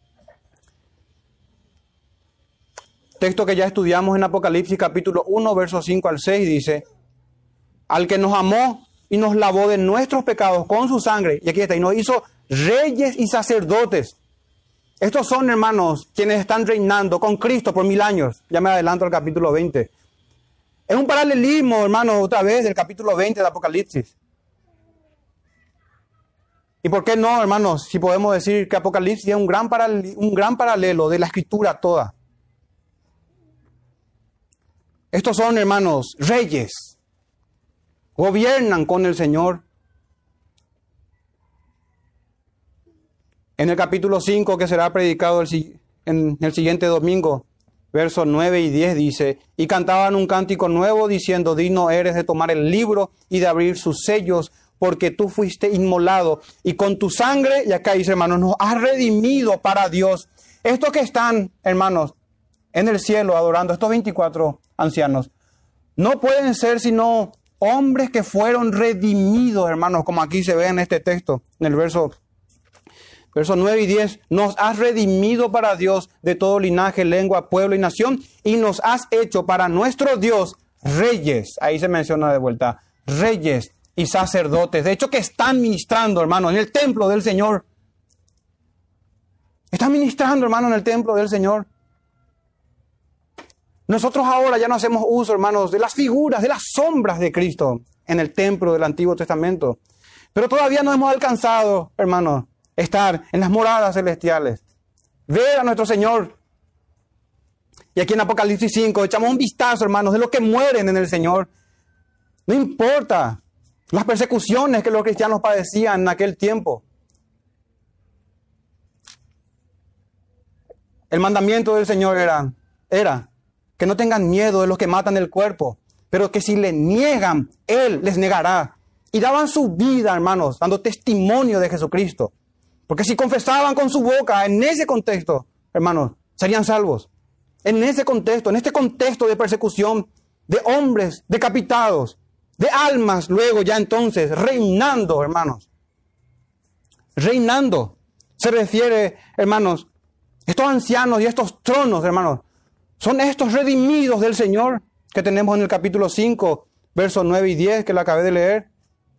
Texto que ya estudiamos en Apocalipsis capítulo 1, versos 5 al 6, dice: al que nos amó y nos lavó de nuestros pecados con su sangre, y aquí está, y nos hizo reyes y sacerdotes. Estos son, hermanos, quienes están reinando con Cristo por 1000 años. Ya me adelanto al capítulo 20. Es un paralelismo, hermanos, otra vez del capítulo 20 de Apocalipsis. ¿Y por qué no, hermanos? Si podemos decir que Apocalipsis es un gran paralelo de la Escritura toda. Estos son, hermanos, reyes. Gobiernan con el Señor. En el capítulo 5, que será predicado en el siguiente domingo, versos 9 y 10 dice: y cantaban un cántico nuevo diciendo: digno eres de tomar el libro y de abrir sus sellos, porque tú fuiste inmolado y con tu sangre, y acá dice, hermanos, nos has redimido para Dios. Estos que están, hermanos, en el cielo adorando, estos 24 ancianos, no pueden ser sino hombres que fueron redimidos, hermanos, como aquí se ve en este texto, en el versos 9 y 10, nos has redimido para Dios de todo linaje, lengua, pueblo y nación, y nos has hecho para nuestro Dios reyes. Ahí se menciona de vuelta, reyes y sacerdotes. De hecho, que están ministrando, hermanos, en el templo del Señor. Están ministrando, hermanos, en el templo del Señor. Nosotros ahora ya no hacemos uso, hermanos, de las figuras, de las sombras de Cristo en el templo del Antiguo Testamento. Pero todavía no hemos alcanzado, hermanos, estar en las moradas celestiales, ver a nuestro Señor. Y aquí en Apocalipsis 5 echamos un vistazo, hermanos, de los que mueren en el Señor. No importa las persecuciones que los cristianos padecían en aquel tiempo. El mandamiento del Señor era que no tengan miedo de los que matan el cuerpo, pero que si le niegan, Él les negará. Y daban su vida, hermanos, dando testimonio de Jesucristo. Porque si confesaban con su boca, en ese contexto, hermanos, serían salvos. En ese contexto, en este contexto de persecución de hombres decapitados, de almas, luego ya entonces, reinando, hermanos. Reinando. Se refiere, hermanos, estos ancianos y estos tronos, hermanos, son estos redimidos del Señor que tenemos en el capítulo 5, versos 9 y 10, que lo acabé de leer.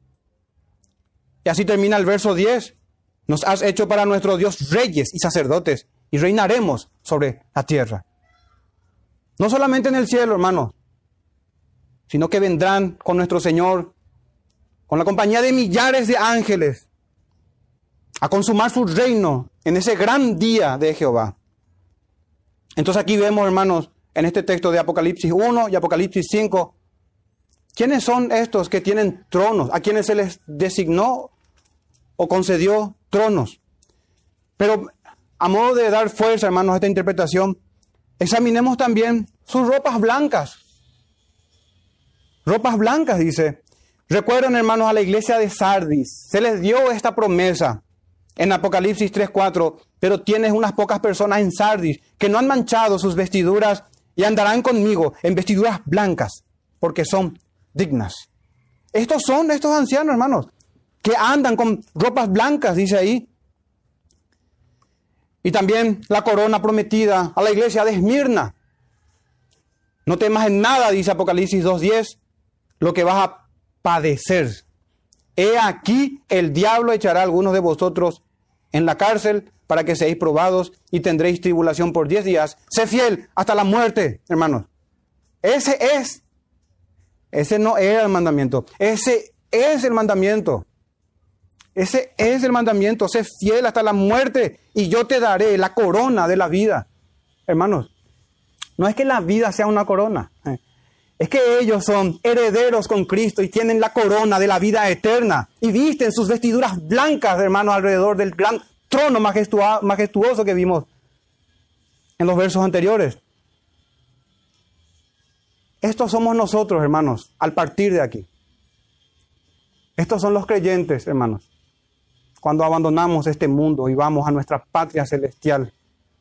Y así termina el verso 10. Nos has hecho para nuestro Dios reyes y sacerdotes, y reinaremos sobre la tierra. No solamente en el cielo, hermanos, sino que vendrán con nuestro Señor, con la compañía de millares de ángeles, a consumar su reino en ese gran día de Jehová. Entonces aquí vemos, hermanos, en este texto de Apocalipsis 1 y Apocalipsis 5, ¿quiénes son estos que tienen tronos? ¿A quienes se les designó o concedió tronos? Pero a modo de dar fuerza, hermanos, a esta interpretación, examinemos también sus ropas blancas. Ropas blancas, dice. Recuerden, hermanos, a la iglesia de Sardis. Se les dio esta promesa en Apocalipsis 3:4. Pero tienes unas pocas personas en Sardis que no han manchado sus vestiduras y andarán conmigo en vestiduras blancas, porque son dignas. Estos son estos ancianos, hermanos, que andan con ropas blancas, dice ahí. Y también la corona prometida a la iglesia de Esmirna. No temas en nada, dice Apocalipsis 2:10, lo que vas a padecer. He aquí, el diablo echará a algunos de vosotros en la cárcel para que seáis probados y tendréis tribulación por 10 días. Sé fiel hasta la muerte, hermanos. Ese no era el mandamiento. Ese es el mandamiento. Ese es el mandamiento. Sé fiel hasta la muerte y yo te daré la corona de la vida. Hermanos, no es que la vida sea una corona. Es que ellos son herederos con Cristo y tienen la corona de la vida eterna. Y visten sus vestiduras blancas, hermanos, alrededor del gran trono majestuoso que vimos en los versos anteriores. Estos somos nosotros, hermanos, al partir de aquí. Estos son los creyentes, hermanos, cuando abandonamos este mundo y vamos a nuestra patria celestial.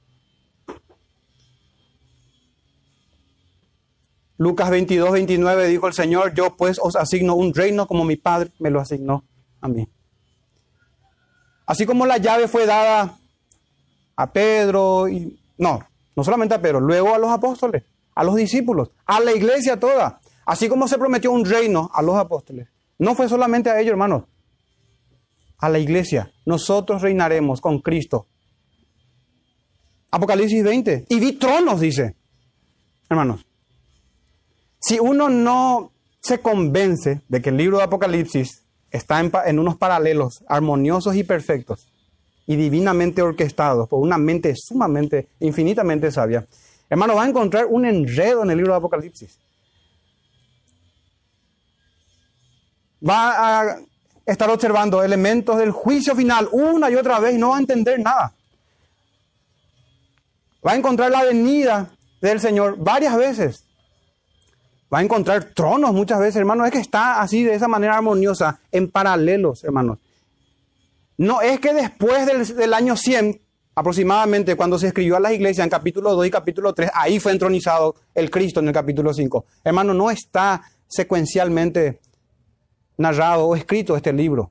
Lucas 22:29 dijo el Señor: yo pues os asigno un reino como mi Padre me lo asignó a mí. Así como la llave fue dada a Pedro, no solamente a Pedro, luego a los apóstoles, a los discípulos, a la iglesia toda. Así como se prometió un reino a los apóstoles. No fue solamente a ellos, hermanos. A la iglesia. Nosotros reinaremos con Cristo. Apocalipsis 20. Y vi tronos, dice. Hermanos, si uno no se convence de que el libro de Apocalipsis está en unos paralelos armoniosos y perfectos y divinamente orquestados por una mente sumamente, infinitamente sabia. Hermano, va a encontrar un enredo en el libro de Apocalipsis. Va a estar observando elementos del juicio final una y otra vez y no va a entender nada. Va a encontrar la venida del Señor varias veces. Va a encontrar tronos muchas veces, hermanos. Es que está así de esa manera armoniosa, en paralelos, hermanos. No es que después del año 100, aproximadamente, cuando se escribió a las iglesias en capítulo 2 y capítulo 3, ahí fue entronizado el Cristo en el capítulo 5. Hermano, no está secuencialmente narrado o escrito este libro.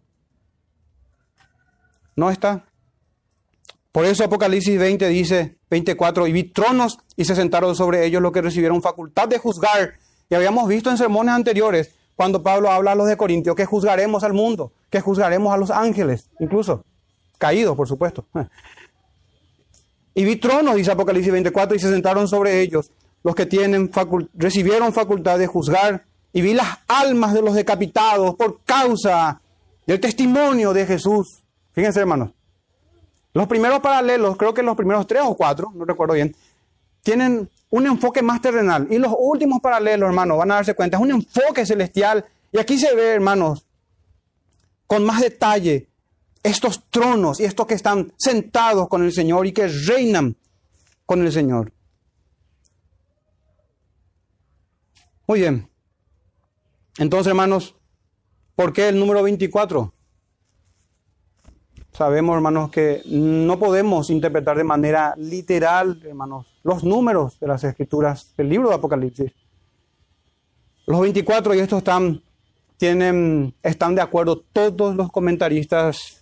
No está. Por eso Apocalipsis 20 dice, 24, y vi tronos y se sentaron sobre ellos los que recibieron facultad de juzgar. Y habíamos visto en sermones anteriores, cuando Pablo habla a los de Corintios, que juzgaremos al mundo, que juzgaremos a los ángeles, incluso caídos, por supuesto. Y vi tronos, dice Apocalipsis 24, y se sentaron sobre ellos los que recibieron facultad de juzgar. Y vi las almas de los decapitados por causa del testimonio de Jesús. Fíjense, hermanos. Los primeros paralelos, creo que los primeros 3 o 4, no recuerdo bien, tienen un enfoque más terrenal. Y los últimos paralelos, hermanos, van a darse cuenta, es un enfoque celestial. Y aquí se ve, hermanos, con más detalle, estos tronos y estos que están sentados con el Señor y que reinan con el Señor. Muy bien. Entonces, hermanos, ¿por qué el número 24? Sabemos, hermanos, que no podemos interpretar de manera literal, hermanos, los números de las Escrituras del libro de Apocalipsis. Los 24, y estos están de acuerdo todos los comentaristas.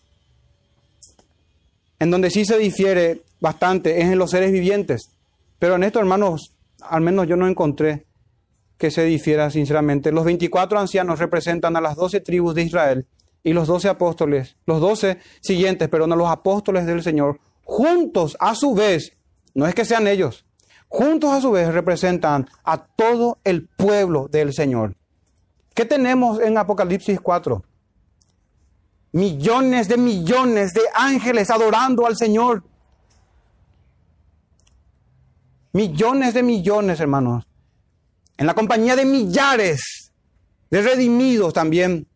En donde sí se difiere bastante es en los seres vivientes. Pero en esto, hermanos, al menos yo no encontré que se difiera sinceramente. Los 24 ancianos representan a las 12 tribus de Israel. Y los 12 apóstoles, los 12 siguientes, perdón, a los apóstoles del Señor, juntos a su vez, no es que sean ellos, juntos a su vez representan a todo el pueblo del Señor. ¿Qué tenemos en Apocalipsis 4? Millones de ángeles adorando al Señor. Millones de millones, hermanos. En la compañía de millares de redimidos también.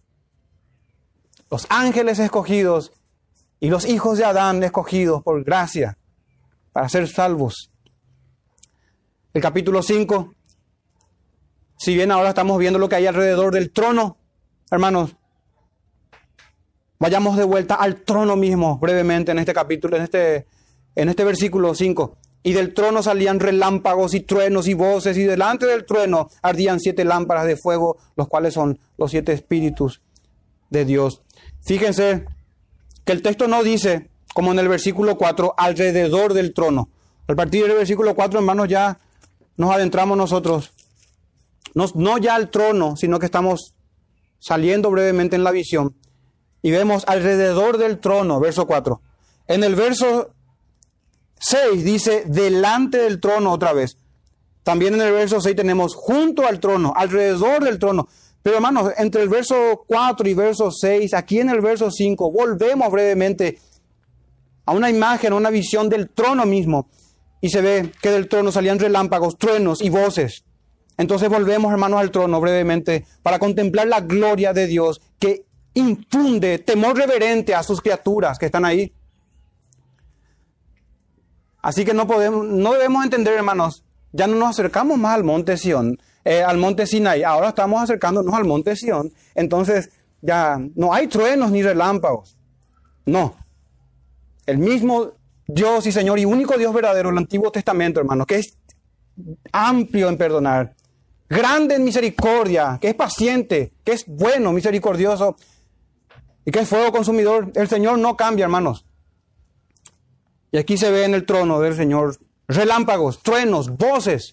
Los ángeles escogidos y los hijos de Adán escogidos por gracia para ser salvos. El capítulo 5, si bien ahora estamos viendo lo que hay alrededor del trono, hermanos, vayamos de vuelta al trono mismo brevemente en este capítulo, en este versículo 5. Y del trono salían relámpagos y truenos y voces, y delante del trueno ardían 7 lámparas de fuego, los cuales son los 7 espíritus de Dios. Fíjense que el texto no dice, como en el versículo 4, alrededor del trono. A partir del versículo 4, hermanos, ya nos adentramos nosotros. No ya al trono, sino que estamos saliendo brevemente en la visión. Y vemos alrededor del trono, verso 4. En el verso 6 dice, delante del trono otra vez. También en el verso 6 tenemos junto al trono, alrededor del trono. Pero hermanos, entre el verso 4 y verso 6, aquí en el verso 5, volvemos brevemente a una imagen, a una visión del trono mismo. Y se ve que del trono salían relámpagos, truenos y voces. Entonces volvemos, hermanos, al trono brevemente para contemplar la gloria de Dios que infunde temor reverente a sus criaturas que están ahí. Así que no debemos entender, hermanos, ya no nos acercamos más al monte Sión. Al monte Sinaí, ahora estamos acercándonos al monte Sión, entonces ya no hay truenos ni relámpagos, no. El mismo Dios y Señor y único Dios verdadero, el Antiguo Testamento, hermano, que es amplio en perdonar, grande en misericordia, que es paciente, que es bueno, misericordioso y que es fuego consumidor. El Señor no cambia, hermanos. Y aquí se ve en el trono del Señor relámpagos, truenos, voces.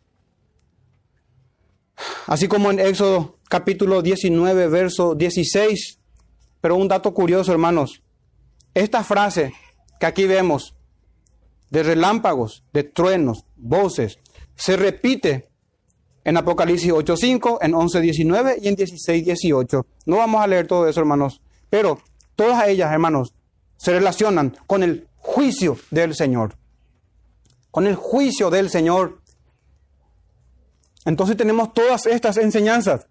Así como en Éxodo capítulo 19, verso 16. Pero un dato curioso, hermanos. Esta frase que aquí vemos, de relámpagos, de truenos, voces, se repite en Apocalipsis 8:5, en 11:19 y en 16:18. No vamos a leer todo eso, hermanos, pero todas ellas, hermanos, se relacionan con el juicio del Señor. Con el juicio del Señor. Entonces tenemos todas estas enseñanzas.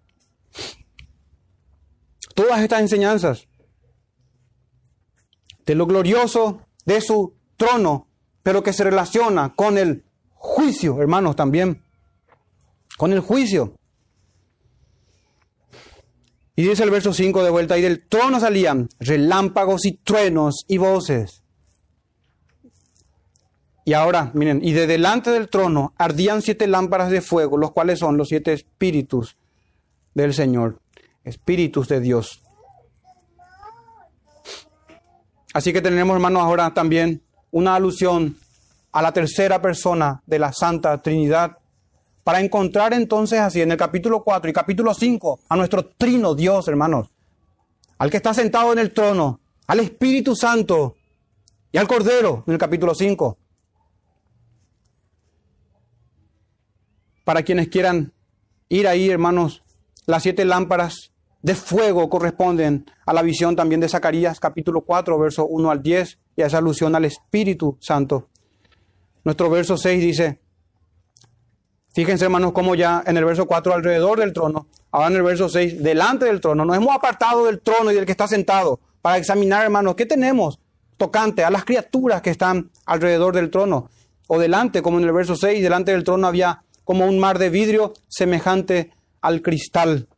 Todas estas enseñanzas de lo glorioso de su trono, pero que se relaciona con el juicio, hermanos, también. Con el juicio. Y dice el verso 5 de vuelta, y del trono salían relámpagos y truenos y voces. Y ahora, miren, y de delante del trono ardían 7 lámparas de fuego, los cuales son los 7 espíritus del Señor, espíritus de Dios. Así que tenemos, hermanos, ahora también una alusión a la tercera persona de la Santa Trinidad, para encontrar entonces así en el capítulo 4 y capítulo 5 a nuestro trino Dios, hermanos, al que está sentado en el trono, al Espíritu Santo y al Cordero en el capítulo 5. Para quienes quieran ir ahí, hermanos, las 7 lámparas de fuego corresponden a la visión también de Zacarías, capítulo 4, verso 1 al 10, y a esa alusión al Espíritu Santo. Nuestro verso 6 dice, fíjense, hermanos, cómo ya en el verso 4 alrededor del trono, ahora en el verso 6 delante del trono, nos hemos apartado del trono y del que está sentado para examinar, hermanos, qué tenemos tocante a las criaturas que están alrededor del trono. O delante, como en el verso 6, delante del trono había como un mar de vidrio semejante al cristal.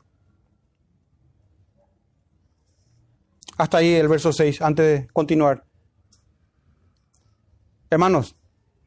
Hasta ahí el verso 6, antes de continuar. Hermanos,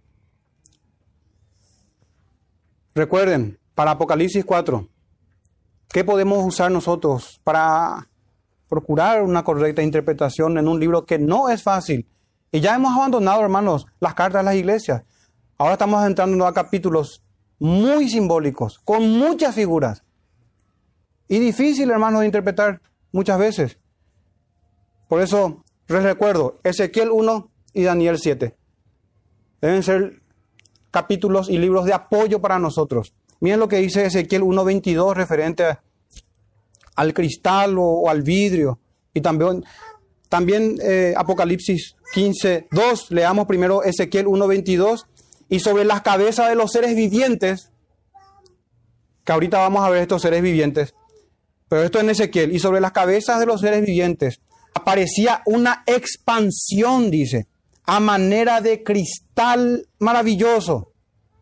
recuerden, para Apocalipsis 4, ¿qué podemos usar nosotros para procurar una correcta interpretación en un libro que no es fácil? Y ya hemos abandonado, hermanos, las cartas de las iglesias. Ahora estamos entrando a capítulos muy simbólicos, con muchas figuras. Y difícil, hermanos, de interpretar muchas veces. Por eso les recuerdo, Ezequiel 1 y Daniel 7. Deben ser capítulos y libros de apoyo para nosotros. Miren lo que dice Ezequiel 1:22 referente al cristal o al vidrio. Y también Apocalipsis 15:2. Leamos primero Ezequiel 1:22. Y sobre las cabezas de los seres vivientes, que ahorita vamos a ver estos seres vivientes, pero esto en Ezequiel, y sobre las cabezas de los seres vivientes aparecía una expansión, dice, a manera de cristal maravilloso.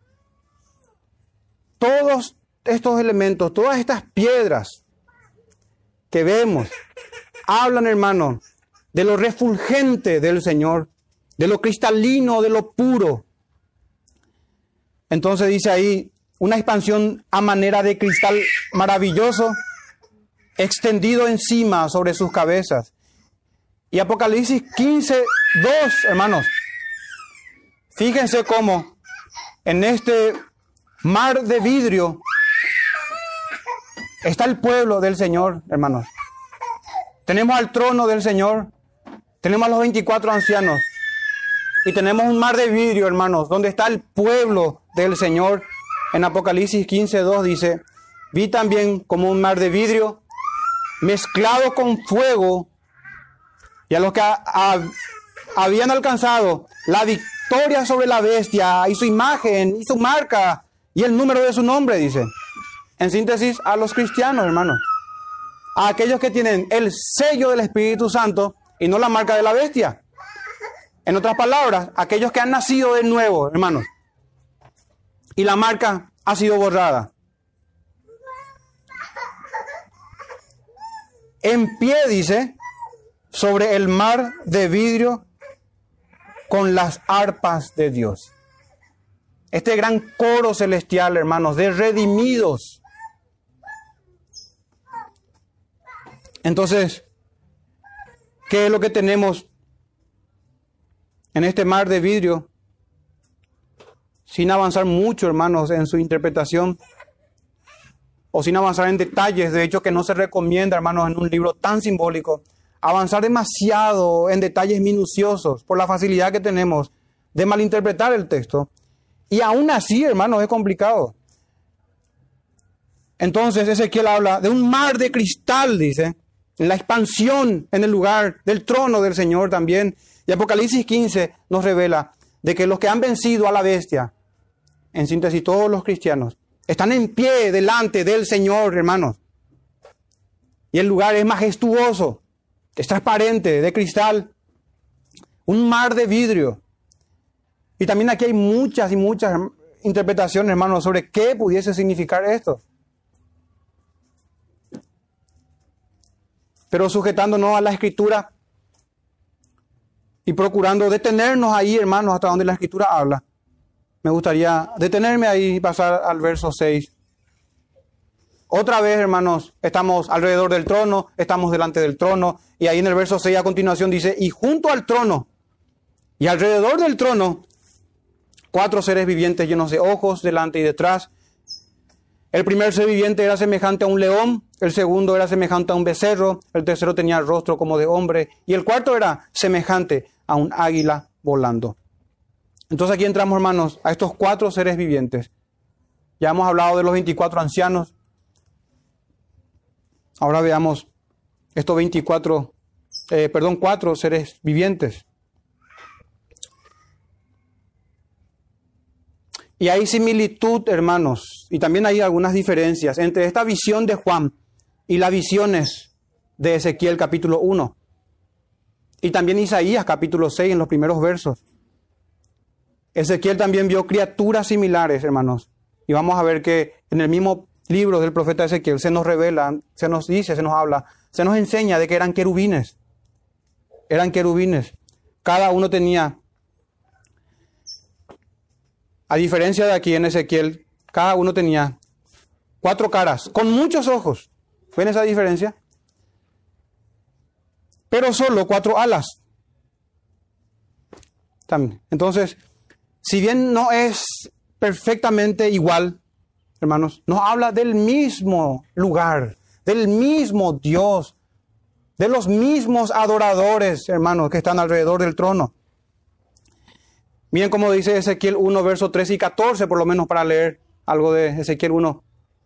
Todos estos elementos, todas estas piedras que vemos, hablan, hermano, de lo refulgente del Señor, de lo cristalino, de lo puro. Entonces dice ahí, una expansión a manera de cristal maravilloso, extendido encima sobre sus cabezas. Y Apocalipsis 15:2, hermanos. Fíjense cómo en este mar de vidrio está el pueblo del Señor, hermanos. Tenemos al trono del Señor, tenemos a los 24 ancianos y tenemos un mar de vidrio, hermanos, donde está el pueblo del Señor. En Apocalipsis 15:2 dice, vi también como un mar de vidrio mezclado con fuego, y a los que habían alcanzado la victoria sobre la bestia y su imagen y su marca y el número de su nombre, dice. En síntesis, a los cristianos, hermanos. A aquellos que tienen el sello del Espíritu Santo y no la marca de la bestia. En otras palabras, aquellos que han nacido de nuevo, hermanos. Y la marca ha sido borrada. En pie, dice, sobre el mar de vidrio con las arpas de Dios. Este gran coro celestial, hermanos, de redimidos. Entonces, ¿qué es lo que tenemos en este mar de vidrio? Sin avanzar mucho, hermanos, en su interpretación, o sin avanzar en detalles, de hecho que no se recomienda, hermanos, en un libro tan simbólico, avanzar demasiado en detalles minuciosos por la facilidad que tenemos de malinterpretar el texto. Y aún así, hermanos, es complicado. Entonces Ezequiel habla de un mar de cristal, dice, en la expansión en el lugar del trono del Señor también. Y Apocalipsis 15 nos revela de que los que han vencido a la bestia, en síntesis todos los cristianos, están en pie delante del Señor, hermanos. Y el lugar es majestuoso, es transparente, de cristal, un mar de vidrio. Y también aquí hay muchas y muchas interpretaciones, hermanos, sobre qué pudiese significar esto. Pero sujetándonos a la Escritura y procurando detenernos ahí, hermanos, hasta donde la Escritura habla. Me gustaría detenerme ahí y pasar al verso 6. Otra vez, hermanos, estamos alrededor del trono, estamos delante del trono, y ahí en el verso 6 a continuación dice, y junto al trono, y alrededor del trono, 4 seres vivientes llenos de ojos, delante y detrás. El primer ser viviente era semejante a un león, el segundo era semejante a un becerro, el tercero tenía rostro como de hombre, y el cuarto era semejante a un águila volando. Entonces aquí entramos, hermanos, a estos 4 seres vivientes. Ya hemos hablado de los 24 ancianos. Ahora veamos estos 4 seres vivientes. Y hay similitud, hermanos, y también hay algunas diferencias entre esta visión de Juan y las visiones de Ezequiel capítulo 1. Y también Isaías capítulo 6 en los primeros versos. Ezequiel también vio criaturas similares, hermanos. Y vamos a ver que en el mismo libro del profeta Ezequiel se nos revela, se nos dice, se nos habla, se nos enseña de que eran querubines. Eran querubines. Cada uno tenía, a diferencia de aquí en Ezequiel, cada uno tenía 4 caras, con muchos ojos. ¿Ven esa diferencia? Pero solo 4 alas. También. Entonces, si bien no es perfectamente igual, hermanos, nos habla del mismo lugar, del mismo Dios, de los mismos adoradores, hermanos, que están alrededor del trono. Miren cómo dice Ezequiel 1, versos 13 y 14, por lo menos para leer algo de Ezequiel 1.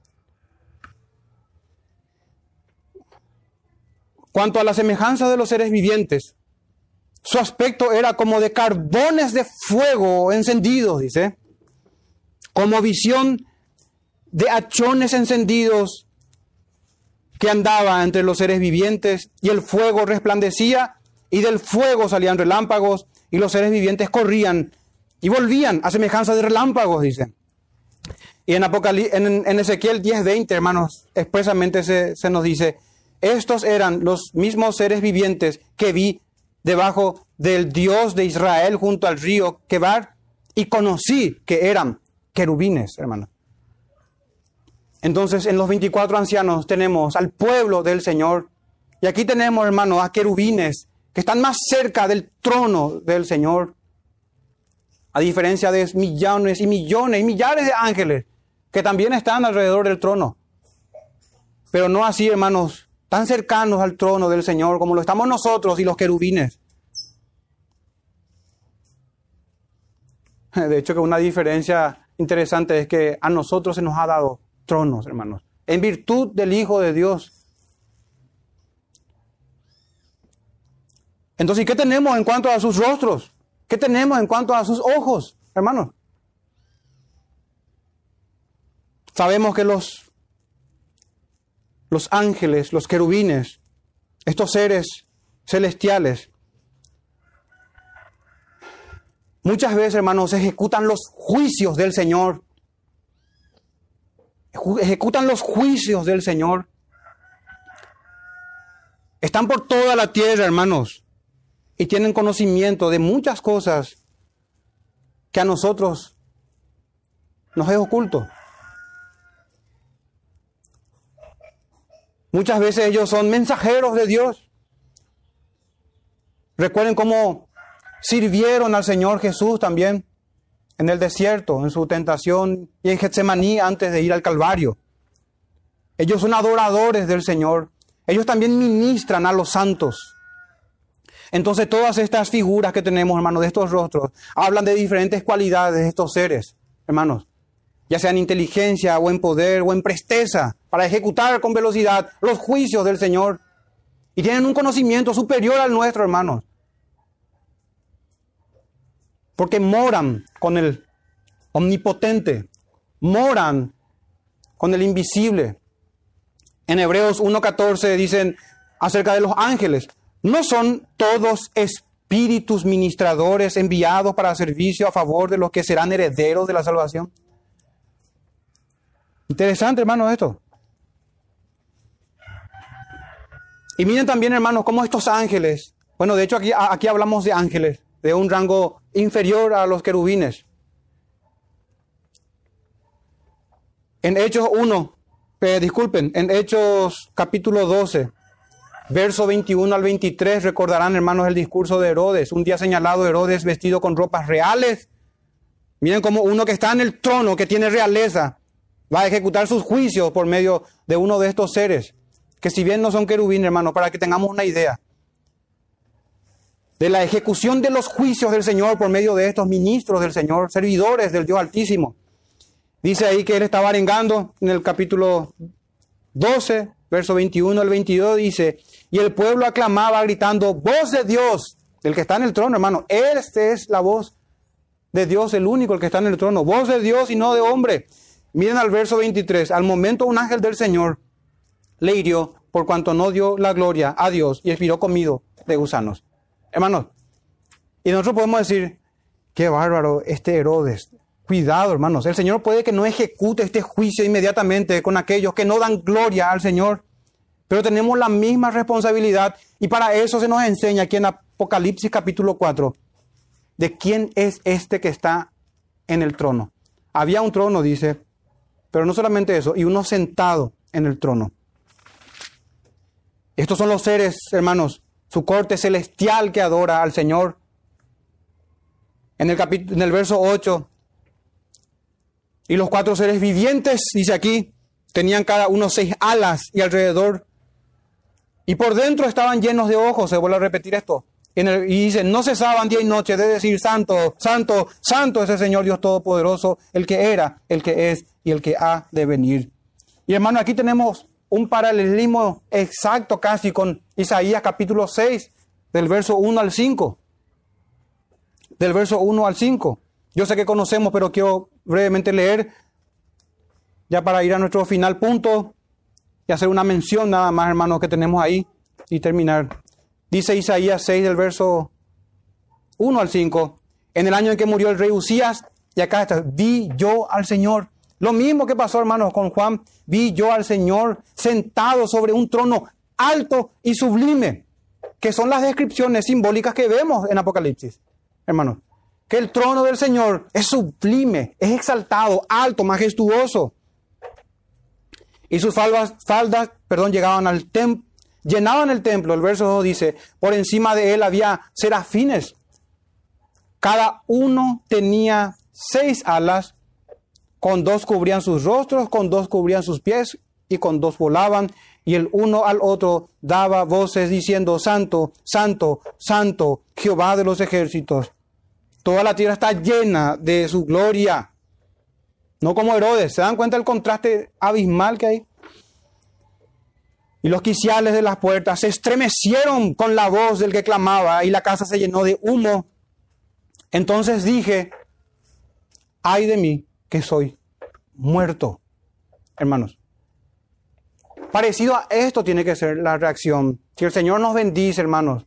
Cuanto a la semejanza de los seres vivientes, su aspecto era como de carbones de fuego encendidos, dice, como visión de hachones encendidos que andaba entre los seres vivientes, y el fuego resplandecía, y del fuego salían relámpagos, y los seres vivientes corrían y volvían a semejanza de relámpagos, dice. Y en Ezequiel 10:20, hermanos, expresamente se nos dice, estos eran los mismos seres vivientes que vi debajo del Dios de Israel junto al río Quebar, y conocí que eran querubines, hermanos. Entonces, en los 24 ancianos tenemos al pueblo del Señor, y aquí tenemos, hermanos, a querubines que están más cerca del trono del Señor, a diferencia de millones y millones y millares de ángeles que también están alrededor del trono. Pero no así, hermanos, tan cercanos al trono del Señor como lo estamos nosotros y los querubines. De hecho, que una diferencia interesante es que a nosotros se nos ha dado tronos, hermanos, en virtud del Hijo de Dios. Entonces, ¿qué tenemos en cuanto a sus rostros? ¿Qué tenemos en cuanto a sus ojos, hermanos? Sabemos que los ángeles, los querubines, estos seres celestiales, muchas veces, hermanos, ejecutan los juicios del Señor. Ejecutan los juicios del Señor. Están por toda la tierra, hermanos, y tienen conocimiento de muchas cosas que a nosotros nos es oculto. Muchas veces ellos son mensajeros de Dios. Recuerden cómo sirvieron al Señor Jesús también en el desierto, en su tentación y en Getsemaní antes de ir al Calvario. Ellos son adoradores del Señor. Ellos también ministran a los santos. Entonces todas estas figuras que tenemos, hermanos, de estos rostros, hablan de diferentes cualidades de estos seres, hermanos. ya sea en inteligencia o en poder o en presteza, para ejecutar con velocidad los juicios del Señor. Y tienen un conocimiento superior al nuestro, hermanos. Porque moran con el omnipotente, moran con el invisible. En Hebreos 1:14 dicen acerca de los ángeles, ¿no son todos espíritus ministradores enviados para servicio a favor de los que serán herederos de la salvación? Interesante, hermanos, esto. Y miren también, hermanos, cómo estos ángeles, bueno, de hecho aquí hablamos de ángeles, de un rango inferior a los querubines. En Hechos 1, en Hechos capítulo 12, verso 21 al 23, recordarán, hermanos, el discurso de Herodes. Un día señalado, Herodes vestido con ropas reales. Miren cómo uno que está en el trono, que tiene realeza, va a ejecutar sus juicios por medio de uno de estos seres, que si bien no son querubines, hermanos, para que tengamos una idea de la ejecución de los juicios del Señor por medio de estos ministros del Señor, servidores del Dios Altísimo. Dice ahí que él estaba arengando en el capítulo 12, verso 21 al 22, dice, y el pueblo aclamaba gritando, voz de Dios, el que está en el trono, hermano. Esta es la voz de Dios, el único, el que está en el trono. Voz de Dios y no de hombre. Miren al verso 23. Al momento un ángel del Señor le hirió por cuanto no dio la gloria a Dios y expiró comido de gusanos. Hermanos, y nosotros podemos decir, qué bárbaro este Herodes. Cuidado, hermanos. El Señor puede que no ejecute este juicio inmediatamente con aquellos que no dan gloria al Señor, pero tenemos la misma responsabilidad y para eso se nos enseña aquí en Apocalipsis capítulo 4 de quién es este que está en el trono. Había un trono, dice, pero no solamente eso, y uno sentado en el trono. Estos son los seres, hermanos, su corte celestial que adora al Señor. En el verso 8, y los 4 seres vivientes, dice aquí, tenían cada uno 6 alas y alrededor, y por dentro estaban llenos de ojos. Se vuelve a repetir esto. Y dice, no cesaban día y noche de decir, santo, santo, santo es el Señor Dios Todopoderoso, el que era, el que es y el que ha de venir. Y hermano, aquí tenemos un paralelismo exacto casi con Isaías capítulo 6, del verso 1 al 5. Del verso 1 al 5. Yo sé que conocemos, pero quiero brevemente leer, ya para ir a nuestro final punto, y hacer una mención nada más, hermanos, que tenemos ahí, y terminar. Dice Isaías 6, del verso 1 al 5, en el año en que murió el rey Usías, y acá está, vi yo al Señor. Lo mismo que pasó, hermanos, con Juan, vi yo al Señor sentado sobre un trono alto y sublime, que son las descripciones simbólicas que vemos en Apocalipsis, hermanos. Que el trono del Señor es sublime, es exaltado, alto, majestuoso. Y sus faldas, llegaban al templo, llenaban el templo. El verso 2 dice, por encima de él había serafines. Cada uno tenía 6 alas, con 2 cubrían sus rostros, con 2 cubrían sus pies, y con 2 volaban. Y el uno al otro daba voces diciendo, santo, santo, santo, Jehová de los ejércitos. Toda la tierra está llena de su gloria. No como Herodes. ¿Se dan cuenta del contraste abismal que hay? Y los quiciales de las puertas se estremecieron con la voz del que clamaba y la casa se llenó de humo. Entonces dije, ay de mí que soy muerto. Hermanos, parecido a esto tiene que ser la reacción. Si el Señor nos bendice, hermanos,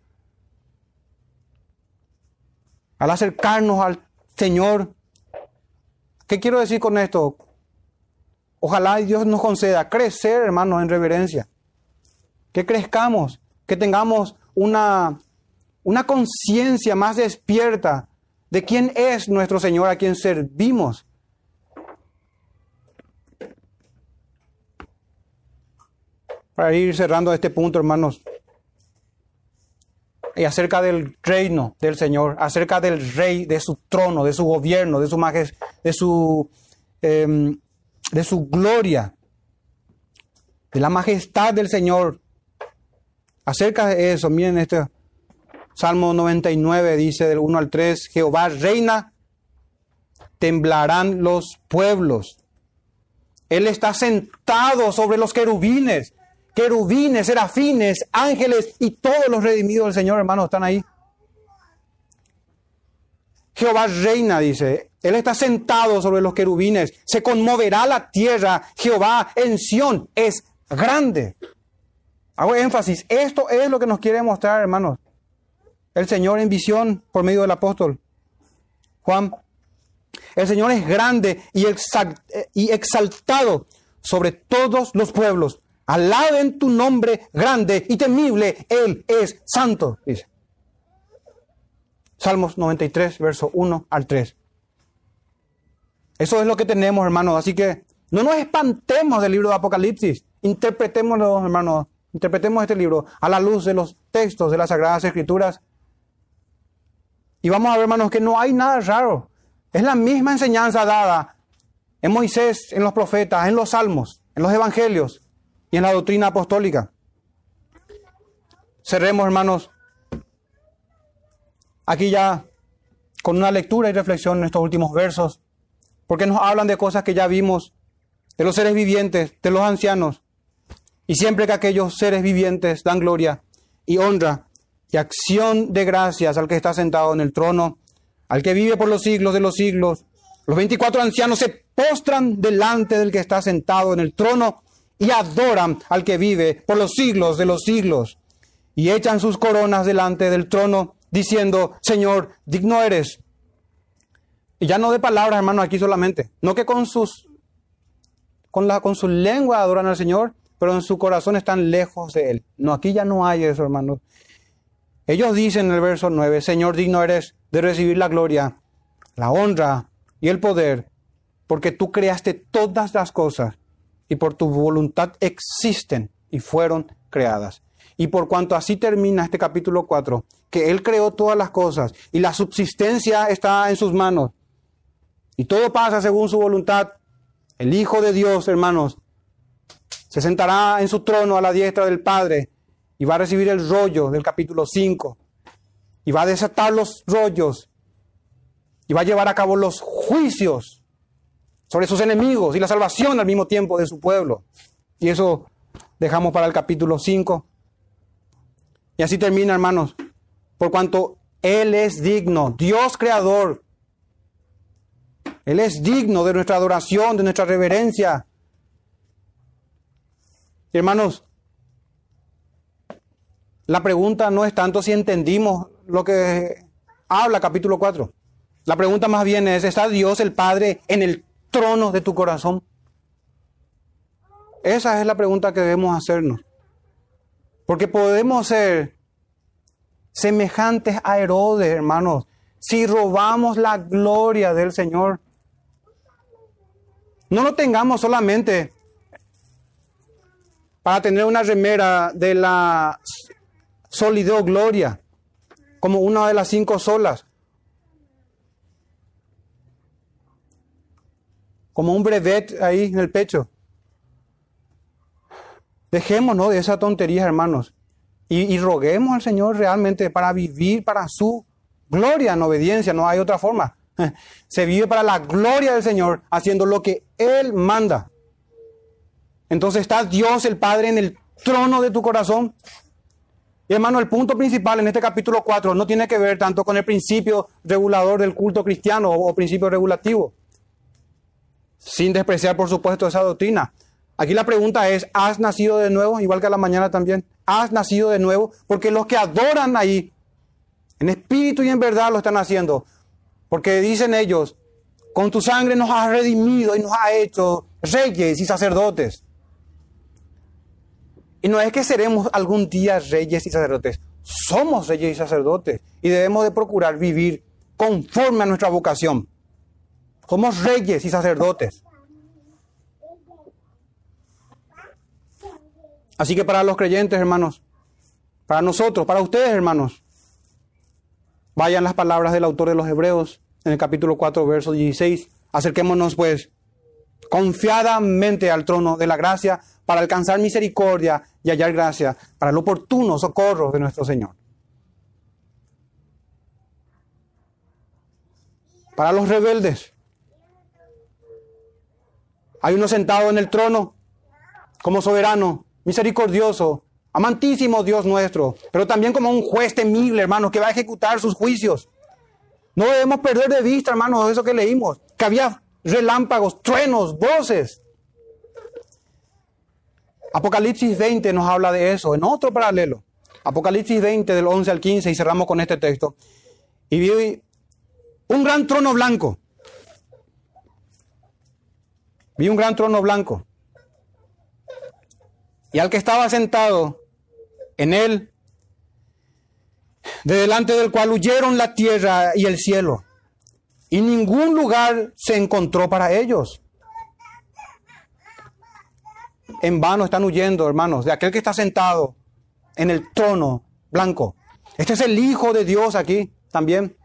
al acercarnos al Señor, ¿qué quiero decir con esto? Ojalá Dios nos conceda crecer, hermanos, en reverencia. Que crezcamos, que tengamos una conciencia más despierta de quién es nuestro Señor, a quien servimos. Para ir cerrando este punto, hermanos, y acerca del reino del Señor, acerca del Rey, de su trono, de su gobierno, de su majestad, de su gloria, de la majestad del Señor. Acerca de eso, miren este Salmo 99, dice del 1 al 3, Jehová reina, temblarán los pueblos. Él está sentado sobre los querubines, serafines, ángeles y todos los redimidos del Señor, hermanos, están ahí. Jehová reina, dice. Él está sentado sobre los querubines. Se conmoverá la tierra. Jehová en Sión es grande. Hago énfasis. Esto es lo que nos quiere mostrar, hermanos, el Señor en visión por medio del apóstol Juan. El Señor es grande y exaltado sobre todos los pueblos. Alaben tu nombre grande y temible. Él es santo, dice. Salmos 93, verso 1 al 3. Eso es lo que tenemos, hermanos. Así que no nos espantemos del libro de Apocalipsis. Interpretémoslo, hermanos. Interpretemos este libro a la luz de los textos de las Sagradas Escrituras. Y vamos a ver, hermanos, que no hay nada raro. Es la misma enseñanza dada en Moisés, en los profetas, en los salmos, en los evangelios y en la doctrina apostólica. Cerremos, hermanos, aquí ya con una lectura y reflexión en estos últimos versos, porque nos hablan de cosas que ya vimos, de los seres vivientes, de los ancianos. Y siempre que aquellos seres vivientes dan gloria y honra y acción de gracias al que está sentado en el trono, al que vive por los siglos de los siglos, los 24 ancianos se postran delante del que está sentado en el trono y adoran al que vive por los siglos de los siglos. Y echan sus coronas delante del trono, diciendo, Señor, digno eres. Y ya no de palabras, hermano, aquí solamente. No que con su lengua adoran al Señor, pero en su corazón están lejos de Él. No, aquí ya no hay eso, hermanos. Ellos dicen en el verso 9, Señor, digno eres de recibir la gloria, la honra y el poder, porque tú creaste todas las cosas y por tu voluntad existen y fueron creadas. Y por cuanto así termina este capítulo 4, que Él creó todas las cosas y la subsistencia está en sus manos y todo pasa según su voluntad, el Hijo de Dios, hermanos, se sentará en su trono a la diestra del Padre y va a recibir el rollo del capítulo 5 y va a desatar los rollos y va a llevar a cabo los juicios sobre sus enemigos y la salvación al mismo tiempo de su pueblo. Y eso dejamos para el capítulo 5. Y así termina, hermanos, por cuanto Él es digno, Dios creador. Él es digno de nuestra adoración, de nuestra reverencia. Y hermanos, la pregunta no es tanto si entendimos lo que habla capítulo 4. La pregunta más bien es, ¿está Dios el Padre en el trono de tu corazón? Esa es la pregunta que debemos hacernos. Porque podemos ser semejantes a Herodes, hermanos, si robamos la gloria del Señor. No lo tengamos solamente para tener una remera de la Solideo Gloria, como una de las 5 solas, como un brevet ahí en el pecho. Dejémonos de esa tontería, hermanos, y roguemos al Señor realmente para vivir para su gloria en obediencia. No hay otra forma. Se vive para la gloria del Señor, haciendo lo que Él manda. Entonces está Dios el Padre en el trono de tu corazón. Y hermano, el punto principal en este capítulo 4 no tiene que ver tanto con el principio regulador del culto cristiano o principio regulativo, sin despreciar, por supuesto, esa doctrina. Aquí la pregunta es, ¿has nacido de nuevo? Igual que a la mañana también. ¿Has nacido de nuevo? Porque los que adoran ahí, en espíritu y en verdad lo están haciendo. Porque dicen ellos, con tu sangre nos has redimido y nos has hecho reyes y sacerdotes. Y no es que seremos algún día reyes y sacerdotes. Somos reyes y sacerdotes. Y debemos de procurar vivir conforme a nuestra vocación. Somos reyes y sacerdotes. Así que para los creyentes, hermanos, para nosotros, para ustedes, hermanos, vayan las palabras del autor de los Hebreos en el capítulo 4, verso 16. Acerquémonos, pues, confiadamente al trono de la gracia para alcanzar misericordia y hallar gracia para el oportuno socorro de nuestro Señor. Para los rebeldes, Hay uno sentado en el trono como soberano, misericordioso, amantísimo Dios nuestro, pero también como un juez temible, hermanos, que va a ejecutar sus juicios. No debemos perder de vista, hermanos, eso que leímos, que había relámpagos, truenos, voces. Apocalipsis 20 nos habla de eso, en otro paralelo. Apocalipsis 20 del 11 al 15, y cerramos con este texto. Y vi un gran trono blanco. Vi un gran trono blanco. Y al que estaba sentado en él, de delante del cual huyeron la tierra y el cielo, y ningún lugar se encontró para ellos. En vano están huyendo, hermanos, de aquel que está sentado en el trono blanco. Este es el Hijo de Dios aquí también.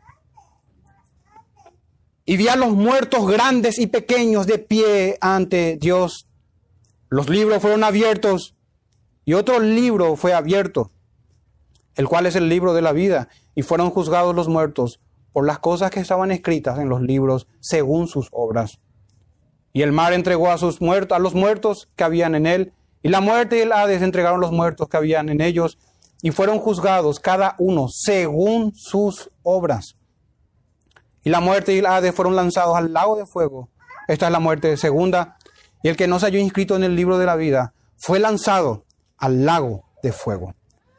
Y vi a los muertos grandes y pequeños de pie ante Dios. Los libros fueron abiertos y otro libro fue abierto, el cual es el libro de la vida. Y fueron juzgados los muertos por las cosas que estaban escritas en los libros según sus obras. Y el mar entregó a los muertos que habían en él, y la muerte y el Hades entregaron los muertos que habían en ellos, y fueron juzgados cada uno según sus obras. Y la muerte y el Hades fueron lanzados al lago de fuego. Esta es la muerte segunda. Y el que no se halló inscrito en el libro de la vida fue lanzado al lago de fuego.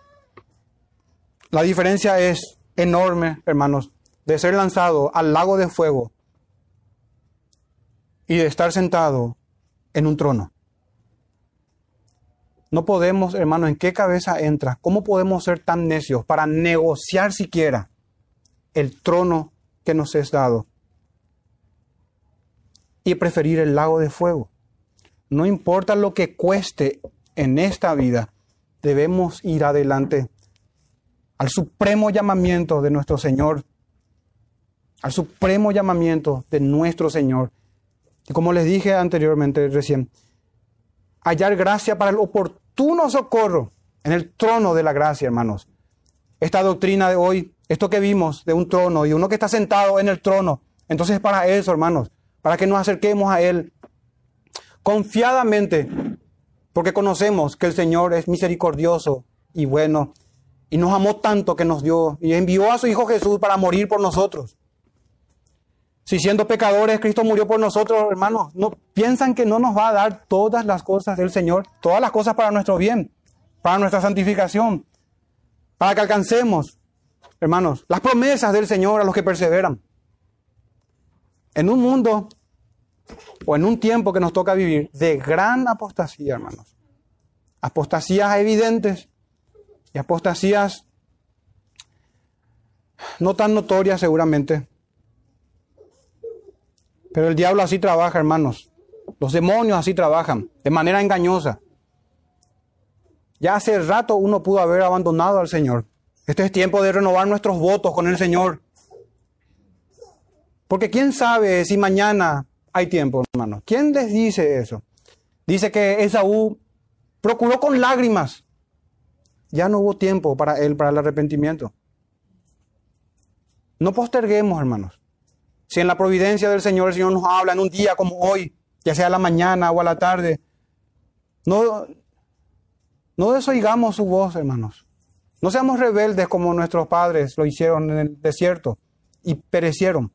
La diferencia es enorme, hermanos, de ser lanzado al lago de fuego y de estar sentado en un trono. No podemos, hermanos, ¿en qué cabeza entra? ¿Cómo podemos ser tan necios para negociar siquiera el trono que nos es dado y preferir el lago de fuego? No importa lo que cueste en esta vida, debemos ir adelante al supremo llamamiento de nuestro Señor, al supremo llamamiento de nuestro Señor. Y como les dije anteriormente, recién, hallar gracia para el oportuno socorro en el trono de la gracia, hermanos. Esta doctrina de hoy, esto que vimos de un trono y uno que está sentado en el trono, entonces para eso, hermanos, para que nos acerquemos a Él confiadamente, porque conocemos que el Señor es misericordioso y bueno, y nos amó tanto que nos dio y envió a su Hijo Jesús para morir por nosotros. Si siendo pecadores Cristo murió por nosotros, hermanos, ¿no piensan que no nos va a dar todas las cosas del Señor? Todas las cosas para nuestro bien, para nuestra santificación, para que alcancemos, hermanos, las promesas del Señor a los que perseveran. En un mundo o en un tiempo que nos toca vivir de gran apostasía, hermanos. Apostasías evidentes y apostasías no tan notorias seguramente. Pero el diablo así trabaja, hermanos. Los demonios así trabajan, de manera engañosa. Ya hace rato uno pudo haber abandonado al Señor. Este es tiempo de renovar nuestros votos con el Señor. Porque quién sabe si mañana hay tiempo, hermanos. ¿Quién les dice eso? Dice que Esaú procuró con lágrimas. Ya no hubo tiempo para él, para el arrepentimiento. No posterguemos, hermanos. Si en la providencia del Señor, el Señor nos habla en un día como hoy, ya sea a la mañana o a la tarde, no desoigamos su voz, hermanos. No seamos rebeldes como nuestros padres lo hicieron en el desierto y perecieron.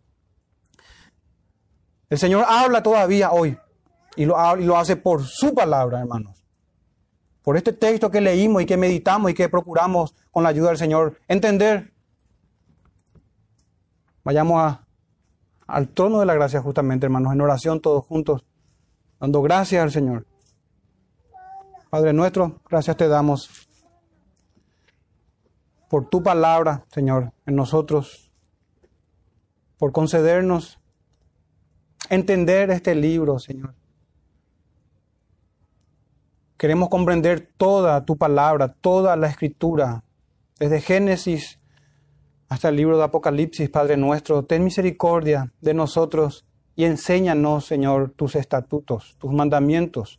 El Señor habla todavía hoy y lo hace por su palabra, hermanos. Por este texto que leímos y que meditamos y que procuramos con la ayuda del Señor entender. Vayamos al trono de la gracia justamente, hermanos, en oración todos juntos, dando gracias al Señor. Padre nuestro, gracias te damos por tu palabra, Señor, en nosotros, por concedernos entender este libro, Señor. Queremos comprender toda tu palabra, toda la Escritura, desde Génesis hasta el libro de Apocalipsis, Padre nuestro. Ten misericordia de nosotros y enséñanos, Señor, tus estatutos, tus mandamientos.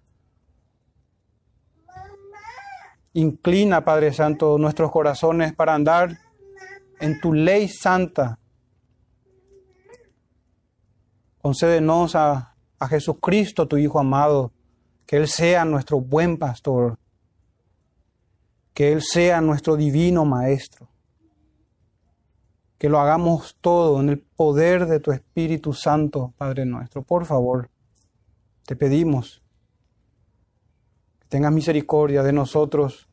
Inclina, Padre Santo, nuestros corazones para andar en tu ley santa. Concédenos a a Jesucristo, tu Hijo amado, que Él sea nuestro buen pastor, que Él sea nuestro divino Maestro, que lo hagamos todo en el poder de tu Espíritu Santo, Padre nuestro. Por favor, te pedimos que tengas misericordia de nosotros,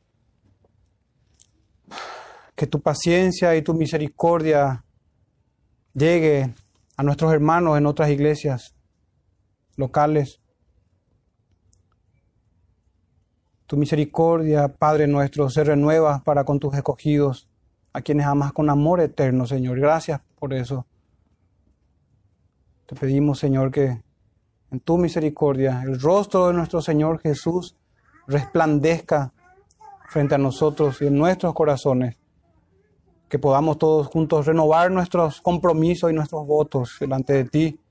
que tu paciencia y tu misericordia llegue a nuestros hermanos en otras iglesias locales. Tu misericordia, Padre nuestro, se renueva para con tus escogidos, a quienes amas con amor eterno, Señor. Gracias por eso. Te pedimos, Señor, que en tu misericordia el rostro de nuestro Señor Jesús resplandezca frente a nosotros y en nuestros corazones. Que podamos todos juntos renovar nuestros compromisos y nuestros votos delante de ti.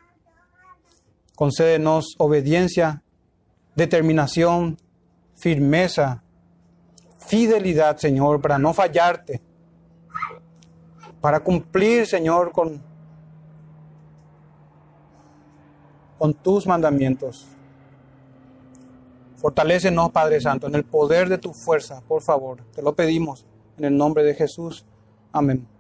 Concédenos obediencia, determinación, firmeza, fidelidad, Señor, para no fallarte, para cumplir, Señor, con tus mandamientos. Fortalécenos, Padre Santo, en el poder de tu fuerza, por favor. Te lo pedimos en el nombre de Jesús. Amén.